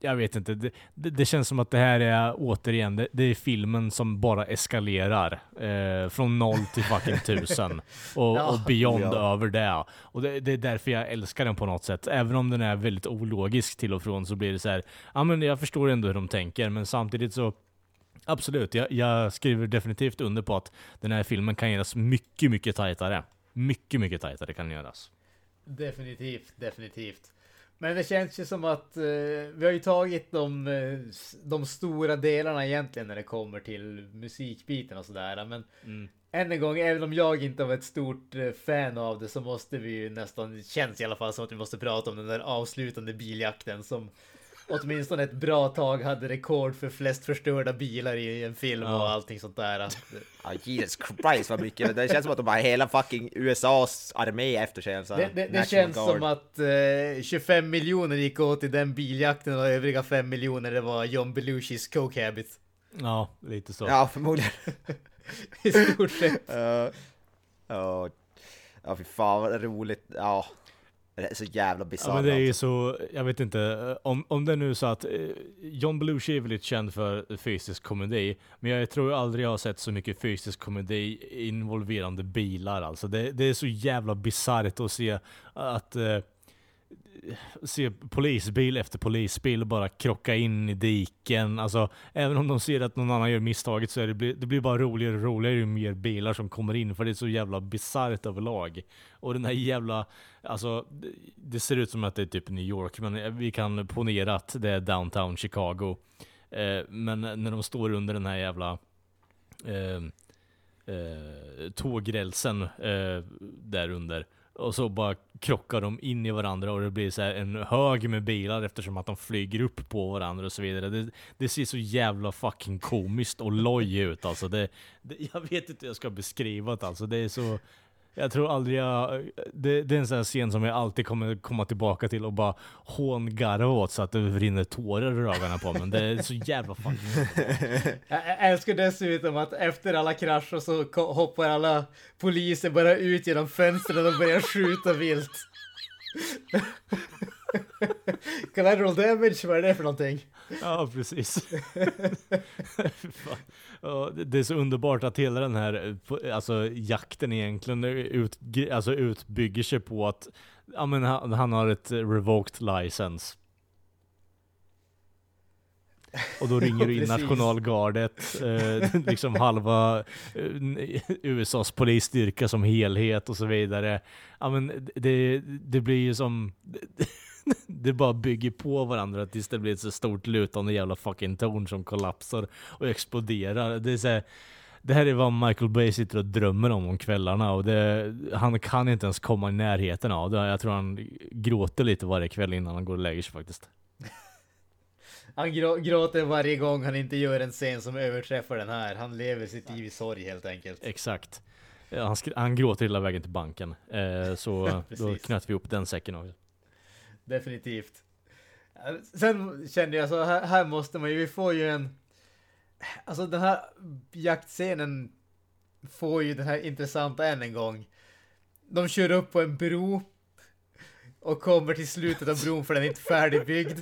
jag vet inte, det känns som att det här är återigen, det är filmen som bara eskalerar från 0 till fucking 1000 och beyond över det. Och det är därför jag älskar den på något sätt. Även om den är väldigt ologisk till och från, så blir det så här, ja men jag förstår ändå hur de tänker, men samtidigt så absolut, jag skriver definitivt under på att den här filmen kan göras mycket, mycket tajtare. Mycket, mycket tajtare kan den göras. Definitivt. Men det känns ju som att vi har ju tagit de stora delarna egentligen när det kommer till musikbiten och sådär. Men än en gång, även om jag inte var ett stort fan av det, så måste vi ju nästan, känns i alla fall som att vi måste prata om den där avslutande biljakten som åtminstone ett bra tag hade rekord för flest förstörda bilar i en film och allting sånt där. Ja, Jesus Christ vad mycket. Det känns som att de har hela fucking USAs armé efter sig. Så det känns Guard. Som att 25 miljoner gick åt i den biljakten och övriga 5 miljoner det var John Belushis coke habit. Ja, lite så. Ja, förmodligen. I stort sett. Ja, fy fan vad roligt. Ja. Det är så jävla bisarrt. Ja, men det är ju så, jag vet inte, om det är nu så att John Belushi är väldigt känd för fysisk komedi, men jag tror aldrig jag har sett så mycket fysisk komedi involverande bilar. Alltså det är så jävla bisarrt att se att se polisbil efter polisbil bara krocka in i diken. Alltså, även om de ser att någon annan gör misstaget, så är det blir bara roligare och roligare ju mer bilar som kommer in, för det är så jävla bisarrt överlag. Och den här jävla, alltså det ser ut som att det är typ New York, men vi kan ponera att det är downtown Chicago. Men när de står under den här jävla tågrälsen där under, och så bara krockar de in i varandra och det blir så här en hög med bilar eftersom att de flyger upp på varandra och så vidare. Det ser så jävla fucking komiskt och loj ut. Alltså jag vet inte hur jag ska beskriva det. Alltså det är så... Jag tror aldrig det är en sån här scen som jag alltid kommer komma tillbaka till och bara hångarva åt så att det rinner tårar ur ögonen på mig. Men det är så jävla fucking... Jag älskar dessutom att efter alla krascher så hoppar alla poliser bara ut genom fönstren och börjar skjuta vilt. Collateral damage, vad är det för någonting? Ja, precis. Det är så underbart att hela den här jakten egentligen utbygger sig på att han har ett revoked license. Och då ringer du in nationalgardet, liksom halva USAs polisstyrka som helhet och så vidare. Ja, men det blir ju som... Det bara bygger på varandra tills det blir ett så stort lutande jävla fucking torn som kollapsar och exploderar. Det är så här, det här är vad Michael Bay sitter och drömmer om kvällarna, och han kan inte ens komma i närheten av det. Jag tror han gråter lite varje kväll innan han går och lägger sig faktiskt. Han gråter varje gång han inte gör en scen som överträffar den här. Han lever sitt liv i sorg helt enkelt. Exakt. Han gråter hela vägen till banken. Så då knöt vi upp den säcken också. Definitivt. Sen kände jag så här måste man ju, vi får ju alltså den här jaktscenen får ju den här intressanta än en gång. De kör upp på en bro och kommer till slutet av bron för den är inte färdigbyggd.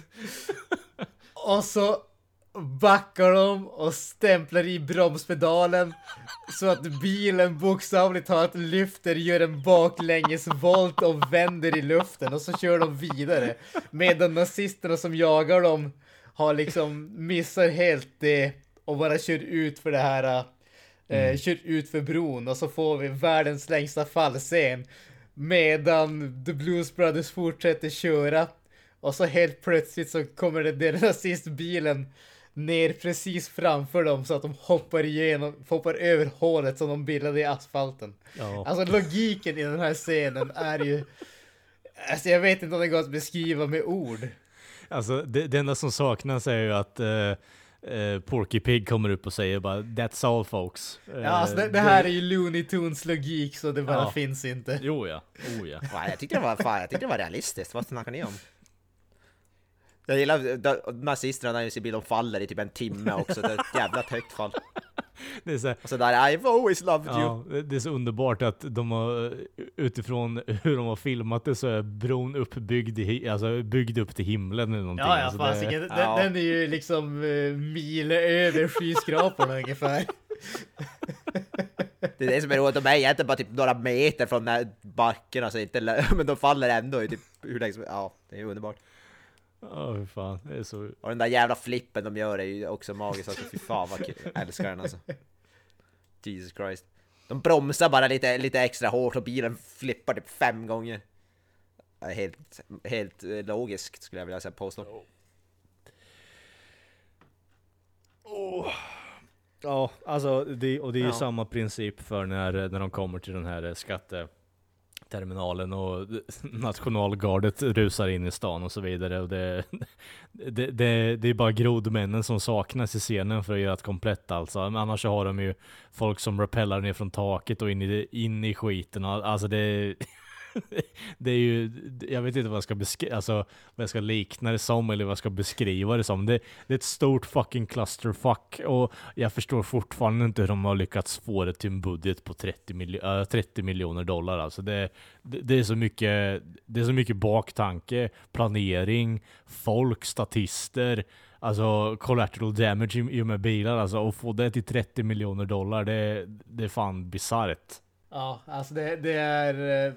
Och så backar de och stämplar i bromspedalen så att bilen bokstavligt talat lyfter, gör en baklängesvolt och vänder i luften, och så kör de vidare medan nazisterna som jagar dem har liksom missar helt det och bara kör ut för det här kör ut för bron, och så får vi världens längsta fallscen medan The Blues Brothers fortsätter köra, och så helt plötsligt så kommer den nazistbilen ner precis framför dem så att de hoppar över hålet som de bildade i asfalten. Ja. Alltså logiken i den här scenen är ju... Alltså jag vet inte om det går att beskriva med ord. Alltså det enda som saknas är ju att Porky Pig kommer upp och säger bara "That's all folks". Ja, alltså det här är ju Looney Tunes logik, så det bara finns inte. Jo ja. Fan, jag tyckte det var realistiskt. Vad snackar ni om? Jag gillar nazisterna när de ser bilen faller i typ en timme också. Det är ett jävla högt fall. Det är så här, Och så där, I've always loved you. ja, det är så underbart att de har, utifrån hur de har filmat det, så är bron uppbyggd alltså byggd upp till himlen eller någonting. Ja, ja, alltså fasiken. Den är ju liksom mil över skyskraporna ungefär. Det är det som är roligt, de är egentligen bara typ några meter från den här backen, alltså inte, men de faller ändå typ hur länge som, ja, det är underbart. Ja, hur fan, det är så... Och den där jävla flippen de gör är ju också magisk, alltså fy fan vad kul. Jag älskar den alltså. Jesus Christ. De bromsar bara lite extra hårt och bilen flippar typ 5 gånger. Helt logiskt skulle jag vilja säga, påstå. Ja, alltså det är ju Ja. samma princip för när de kommer till den här skatteterminalen och nationalgardet rusar in i stan och så vidare, och det är bara grodmännen som saknas i scenen för att göra ett komplett alltså. Men annars så har de ju folk som rappellar ner från taket och in i skiten, alltså det är ju, jag vet inte vad jag ska vad jag ska likna det som eller vad jag ska beskriva det som. Det är ett stort fucking clusterfuck, och jag förstår fortfarande inte hur de har lyckats få det till en budget på 30 miljoner dollar. Alltså det är så mycket baktanke, planering, folk, statister, alltså collateral damage i med bilar, alltså, och få det till 30 miljoner dollar, det är fan bizarrt. Ja, alltså det är...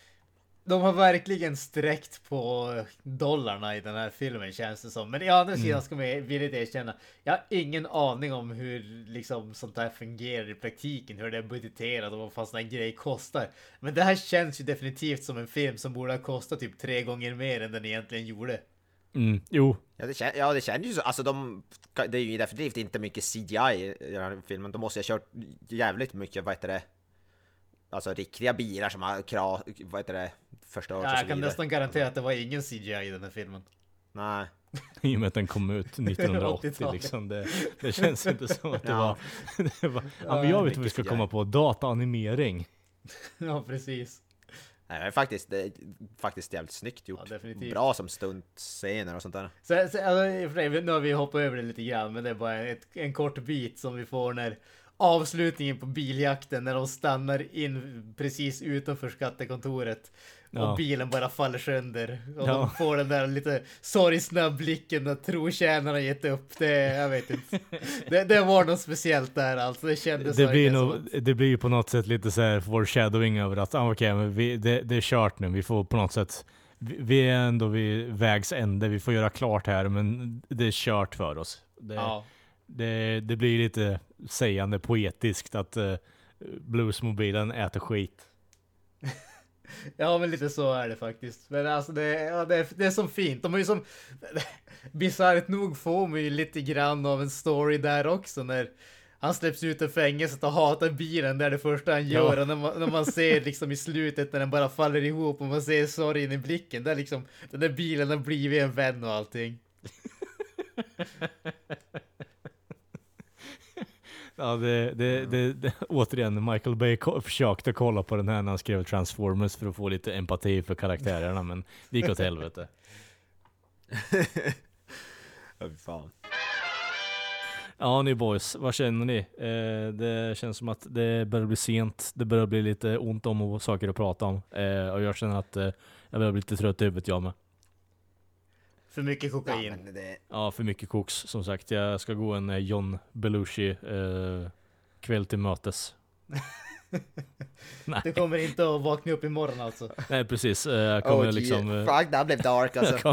De har verkligen sträckt på dollarna i den här filmen, känns det som. Men i andra sidan ska man vilja erkänna, jag har ingen aning om hur liksom sånt här fungerar i praktiken, hur det är budgeterat och vad fan sån här grej kostar. Men det här känns ju definitivt som en film som borde ha kostat typ 3 gånger mer än den egentligen gjorde. Jo. Ja, det känns ju så. Alltså det är ju definitivt inte mycket CGI i den här filmen. De måste ha kört jävligt mycket, vad heter det? Alltså riktiga bilar som har förstört. Ja, jag kan nästan garantera att det var ingen CGI i den här filmen. Nej. I och med att den kom ut 1980 liksom. Det känns inte som att det var... ja, men jag vet vad vi ska komma på. Dataanimering. Ja, precis. Nej, men faktiskt, det är faktiskt jävligt snyggt gjort. Ja, definitivt. Bra som stuntscener och sånt där. Så, alltså, nu har vi hoppat över det lite grann, men det är bara en kort bit som vi får när avslutningen på biljakten, när de stannar in precis utanför skattekontoret och bilen bara faller sönder och de får den där lite sorgsna blicken när trotjänarna gett upp. Jag vet inte. Det var något speciellt där, alltså. Det kändes det blir ju på något sätt lite så här foreshadowing över att okej, men det är kört nu. Vi får på något sätt, vi är ändå vid vägs ände. Vi får göra klart här, men det är kört för oss. Det blir lite sägande poetiskt att bluesmobilen äter skit. Ja, men lite så är det faktiskt. Men alltså det är som fint. De har ju som bisarrt nog får man ju lite grann av en story där också, när han släpps ut ur fängelset och hatar bilen. Det är det första han gör. Och när man ser liksom i slutet när den bara faller ihop och man ser sorgen i blicken, där liksom den där bilen har blivit en vän och allting. Ja, det återigen, Michael Bay försökte kolla på den här när han skrev Transformers för att få lite empati för karaktärerna, men det gick åt helvete. Fan. Ja, ni boys, vad känner ni? Det känns som att det börjar bli sent. Det börjar bli lite ont om saker att prata om. Och jag känner att jag börjar bli lite trött i huvudet, jag med. För mycket kokain. Ja, för mycket koks, som sagt. Jag ska gå en John Belushi kväll till mötes. Du kommer inte att vakna upp imorgon alltså. Nej, precis. Jag kommer liksom... Fuck, that blev dark alltså.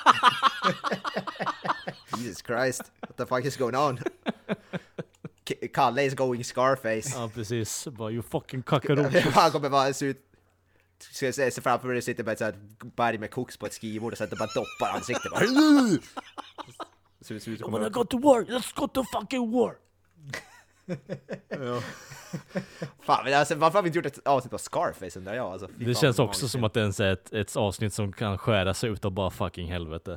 Jesus Christ. What the fuck is going on? Kalle is going Scarface. Ja, precis. Bara, you fucking kakaroch. Han kommer bara se ut... Ska jag se framför mig, det sitter bara ett sånt här berg med koks på ett skrivbord och så att det bara doppar ansiktet. Bara... I wanna go to war. Let's go to fucking war. Ja. Fan, men alltså, varför har vi inte gjort ett avsnitt på Scarface undrar jag? Alltså, det känns också som att det är ett avsnitt som kan skära sig ut av bara fucking helvete.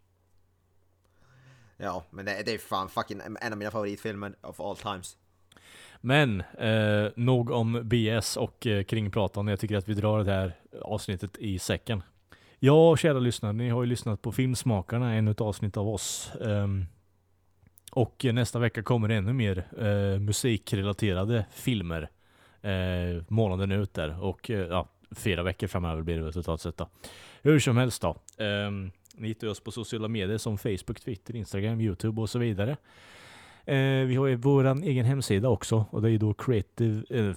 Ja, men det är fan fucking en av mina favoritfilmer of all times. Men nog om BS och kringpratande. Jag tycker att vi drar det här avsnittet i säcken. Ja, kära lyssnare, ni har ju lyssnat på Filmsmakarna, en av avsnitt av oss. Och nästa vecka kommer det ännu mer musikrelaterade filmer. Månaden ut där. Och 4 veckor framöver blir det totalt sett då. Hur som helst då. Ni hittar oss på sociala medier som Facebook, Twitter, Instagram, YouTube och så vidare. Vi har ju vår egen hemsida också. Och det är då Creative...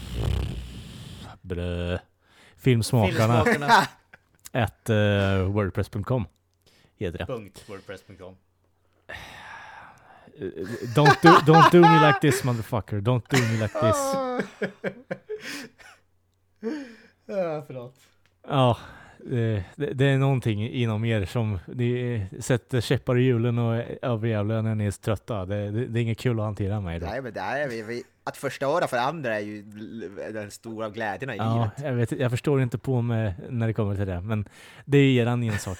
Filmsmakarna at wordpress.com heter det. .wordpress.com. Don't do me like this, motherfucker. Don't do me like this. Ja, förlåt. Ja, det är någonting inom er som ni sätter käppar i hjulen och överjävlar när ni är trötta. Det är inget kul att hantera mig då. Nej, men det är vi att förstöra för andra är ju den stora glädjen i livet. Jag förstår inte på mig när det kommer till det, men det är eran ensak.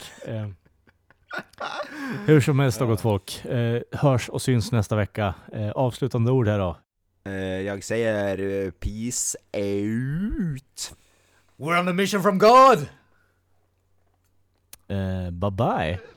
Hur som helst då, gott folk. Hörs och syns nästa vecka. Avslutande ord här då. Jag säger peace out. We're on a mission from God! Bye bye.